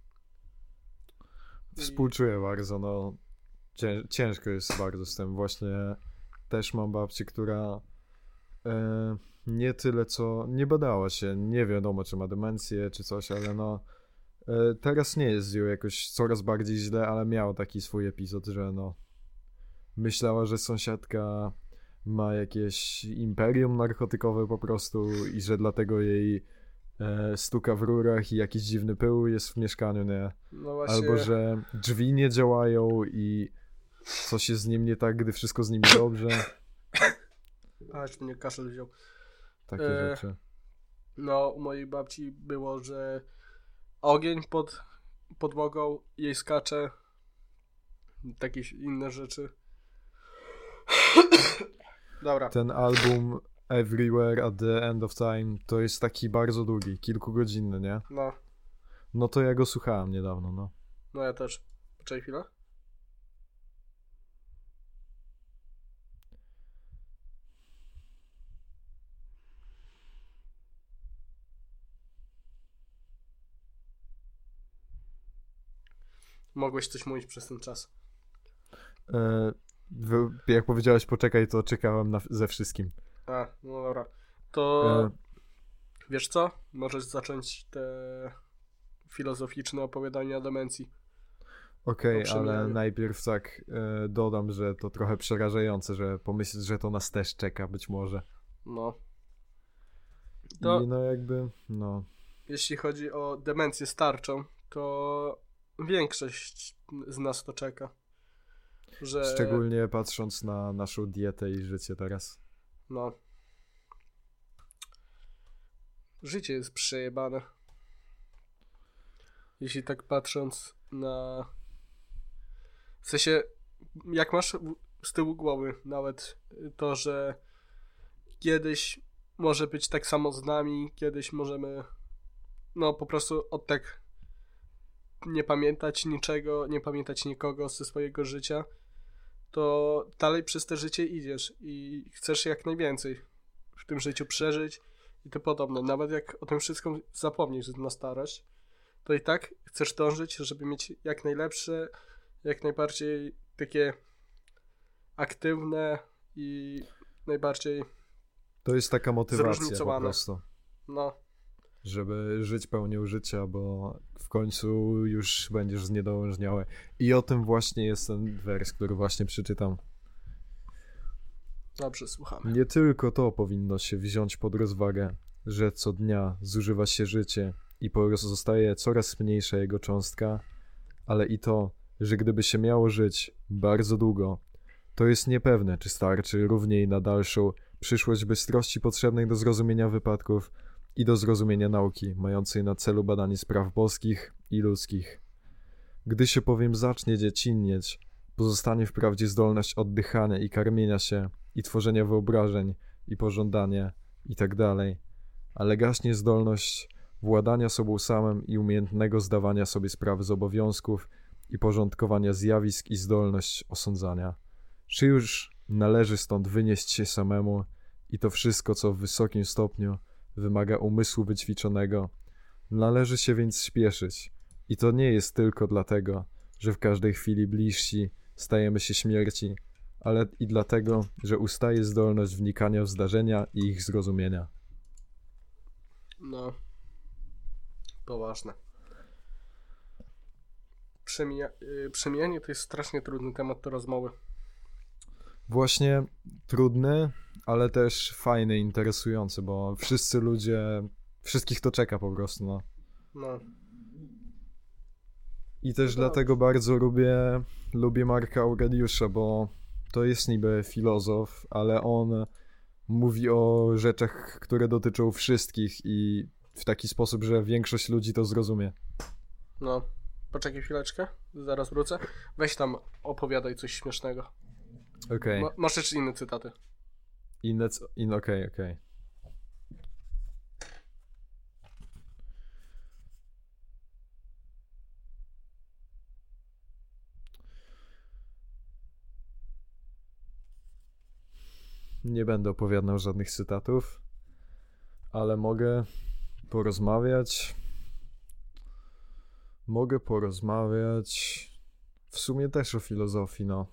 Współczuję bardzo, no cię, ciężko jest bardzo z tym. Właśnie też mam babcię, która e, nie tyle co, nie badała się, nie wiadomo czy ma demencję czy coś, ale no e, teraz nie jest z nią jakoś coraz bardziej źle, ale miała taki swój epizod, że no myślała, że sąsiadka ma jakieś imperium narkotykowe po prostu i że dlatego jej e, stuka w rurach i jakiś dziwny pył jest w mieszkaniu, nie? No właśnie... Albo że drzwi nie działają i coś jest z nim nie tak, gdy wszystko z nimi dobrze. Aż mnie kaszel wziął. Takie e, rzeczy. No, u mojej babci było, że ogień pod podłogą jej skacze. Takie inne rzeczy. Dobra. Ten album Everywhere at the End of Time to jest taki bardzo długi, kilkugodzinny, nie? No. No to ja go słuchałem niedawno, no. No ja też. Poczekaj chwilę. Mogłeś coś mówić przez ten czas. E, wy, jak powiedziałeś poczekaj, to czekałem na, ze wszystkim. A, no dobra. To e... wiesz co? Możesz zacząć te filozoficzne opowiadania o demencji. Okej, okay, ale najpierw tak e, dodam, że to trochę przerażające, że pomyśleć, że to nas też czeka być może. No. To, I no jakby, no. Jeśli chodzi o demencję starczą, to większość z nas to czeka. Że... Szczególnie patrząc na naszą dietę i życie teraz. No. Życie jest przejebane. Jeśli tak patrząc na... W sensie, jak masz z tyłu głowy nawet to, że kiedyś może być tak samo z nami, kiedyś możemy no po prostu od tak nie pamiętać niczego, nie pamiętać nikogo ze swojego życia, to dalej przez to życie idziesz i chcesz jak najwięcej w tym życiu przeżyć i to podobne. Nawet jak o tym wszystkim zapomnisz na starość, to i tak chcesz dążyć, żeby mieć jak najlepsze, jak najbardziej takie aktywne i najbardziej to jest taka motywacja po prostu. No. Żeby żyć pełnią życia, bo w końcu już będziesz zniedołężniały. I o tym właśnie jest ten wers, który właśnie przeczytam. Dobrze, słuchamy. Nie tylko to powinno się wziąć pod rozwagę, że co dnia zużywa się życie i pozostaje coraz mniejsza jego cząstka, ale i to, że gdyby się miało żyć bardzo długo, to jest niepewne, czy starczy równiej na dalszą przyszłość bystrości potrzebnej do zrozumienia wypadków i do zrozumienia nauki, mającej na celu badanie spraw boskich i ludzkich. Gdy się bowiem zacznie dziecinnieć, pozostanie wprawdzie zdolność oddychania i karmienia się, i tworzenia wyobrażeń, i pożądania, i tak dalej, ale gaśnie zdolność władania sobą samym i umiejętnego zdawania sobie sprawy z obowiązków i porządkowania zjawisk i zdolność osądzania. Czy już należy stąd wynieść się samemu i to wszystko, co w wysokim stopniu wymaga umysłu wyćwiczonego, należy się więc śpieszyć. I to nie jest tylko dlatego, że w każdej chwili bliżsi stajemy się śmierci, ale i dlatego, że ustaje zdolność wnikania w zdarzenia i ich zrozumienia. No, poważne. Przemija, yy, przemijanie to jest strasznie trudny temat do rozmowy. Właśnie trudny, ale też fajny, interesujący, bo wszyscy ludzie, wszystkich to czeka po prostu, no. No. I też no dlatego bardzo lubię, lubię Marka Aureliusza, bo to jest niby filozof, ale on mówi o rzeczach, które dotyczą wszystkich i w taki sposób, że większość ludzi to zrozumie. No, poczekaj chwileczkę, zaraz wrócę. Weź tam, opowiadaj coś śmiesznego. Okej. Okay. Ma, masz jeszcze inne cytaty. Inne, in, okej, okay, okej. Okay. Nie będę opowiadał żadnych cytatów, ale mogę porozmawiać. Mogę porozmawiać w sumie też o filozofii, no.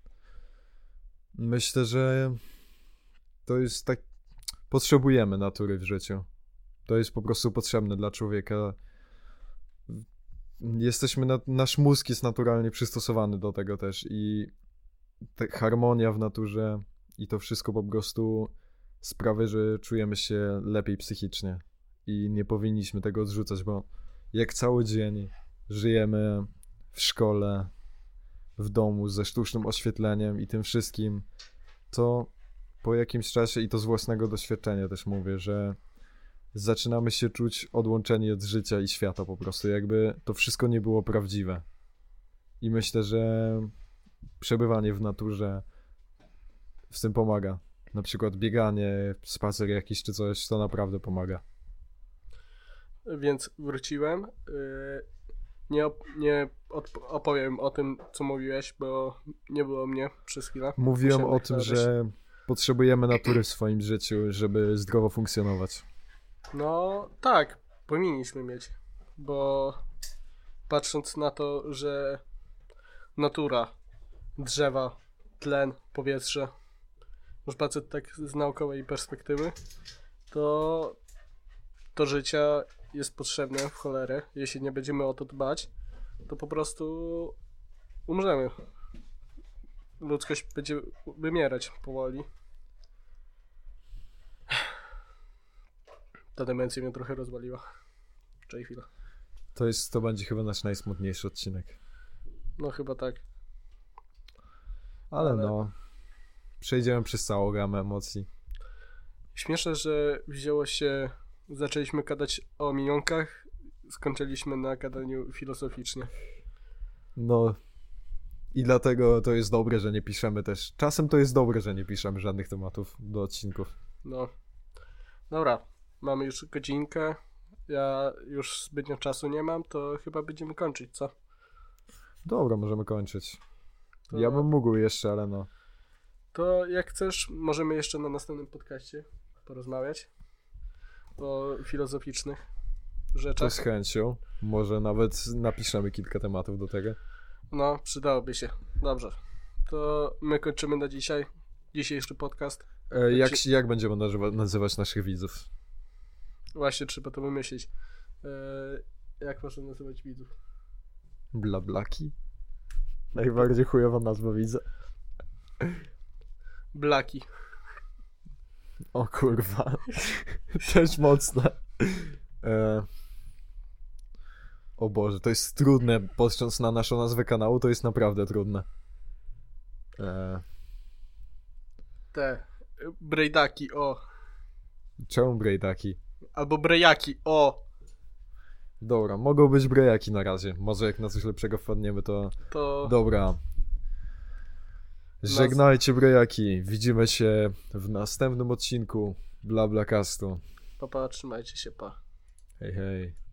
Myślę, że to jest tak... Potrzebujemy natury w życiu. To jest po prostu potrzebne dla człowieka. Jesteśmy, na... nasz mózg jest naturalnie przystosowany do tego też i ta harmonia w naturze i to wszystko po prostu sprawia, że czujemy się lepiej psychicznie i nie powinniśmy tego odrzucać, bo jak cały dzień żyjemy w szkole, w domu ze sztucznym oświetleniem i tym wszystkim, to po jakimś czasie, i to z własnego doświadczenia też mówię, że zaczynamy się czuć odłączeni od życia i świata po prostu, jakby to wszystko nie było prawdziwe. I myślę, że przebywanie w naturze w tym pomaga. Na przykład bieganie, spacer jakiś czy coś, to naprawdę pomaga. Więc wróciłem. Yy, nie op- nie odp- opowiem o tym, co mówiłeś, bo nie było mnie przez chwilę. Mówiłem Musiałem o tym, odejść. że potrzebujemy natury w swoim życiu, żeby zdrowo funkcjonować. No tak, powinniśmy mieć, bo patrząc na to, że natura, drzewa, tlen, powietrze, już patrzę tak z naukowej perspektywy, to to życia jest potrzebne w cholerę. Jeśli nie będziemy o to dbać, to po prostu umrzemy. Ludzkość będzie wymierać powoli. Ta demencja mnie trochę rozwaliła. Czekaj chwilę. To jest, to będzie chyba nasz najsmutniejszy odcinek. No chyba tak. Ale, Ale... no, przejdziemy przez całą gamę emocji. Śmieszne, że wzięło się, zaczęliśmy gadać o minionkach, skończyliśmy na gadaniu filozoficznie. No i dlatego to jest dobre, że nie piszemy też. Czasem to jest dobre, że nie piszemy żadnych tematów do odcinków. No. Dobra, mamy już godzinkę. Ja już zbytnio czasu nie mam, to chyba będziemy kończyć, co? Dobra, możemy kończyć. To... Ja bym mógł jeszcze, ale no. To jak chcesz, możemy jeszcze na następnym podcaście porozmawiać o filozoficznych rzeczach. To z chęcią. Może nawet napiszemy kilka tematów do tego. No, przydałoby się. Dobrze. To my kończymy na dzisiaj. Dzisiejszy podcast. E, jak, ci... jak będziemy nazywa- nazywać naszych widzów? Właśnie, trzeba to wymyślić. E, jak można nazywać widzów? Blablaki? Najbardziej chujowa nazwa widza. Blaki. O kurwa. Też mocne. E... O Boże, to jest trudne. Patrząc na naszą nazwę kanału, to jest naprawdę trudne. E... Te. Brejdaki, o. Czemu brejdaki? Albo brejaki, o. Dobra, mogą być brejaki na razie. Może jak na coś lepszego wpadniemy, to... To... Dobra. Żegnajcie brejaki. Widzimy się w następnym odcinku BlaBlaCastu. Pa, pa, trzymajcie się, pa. Hej, hej.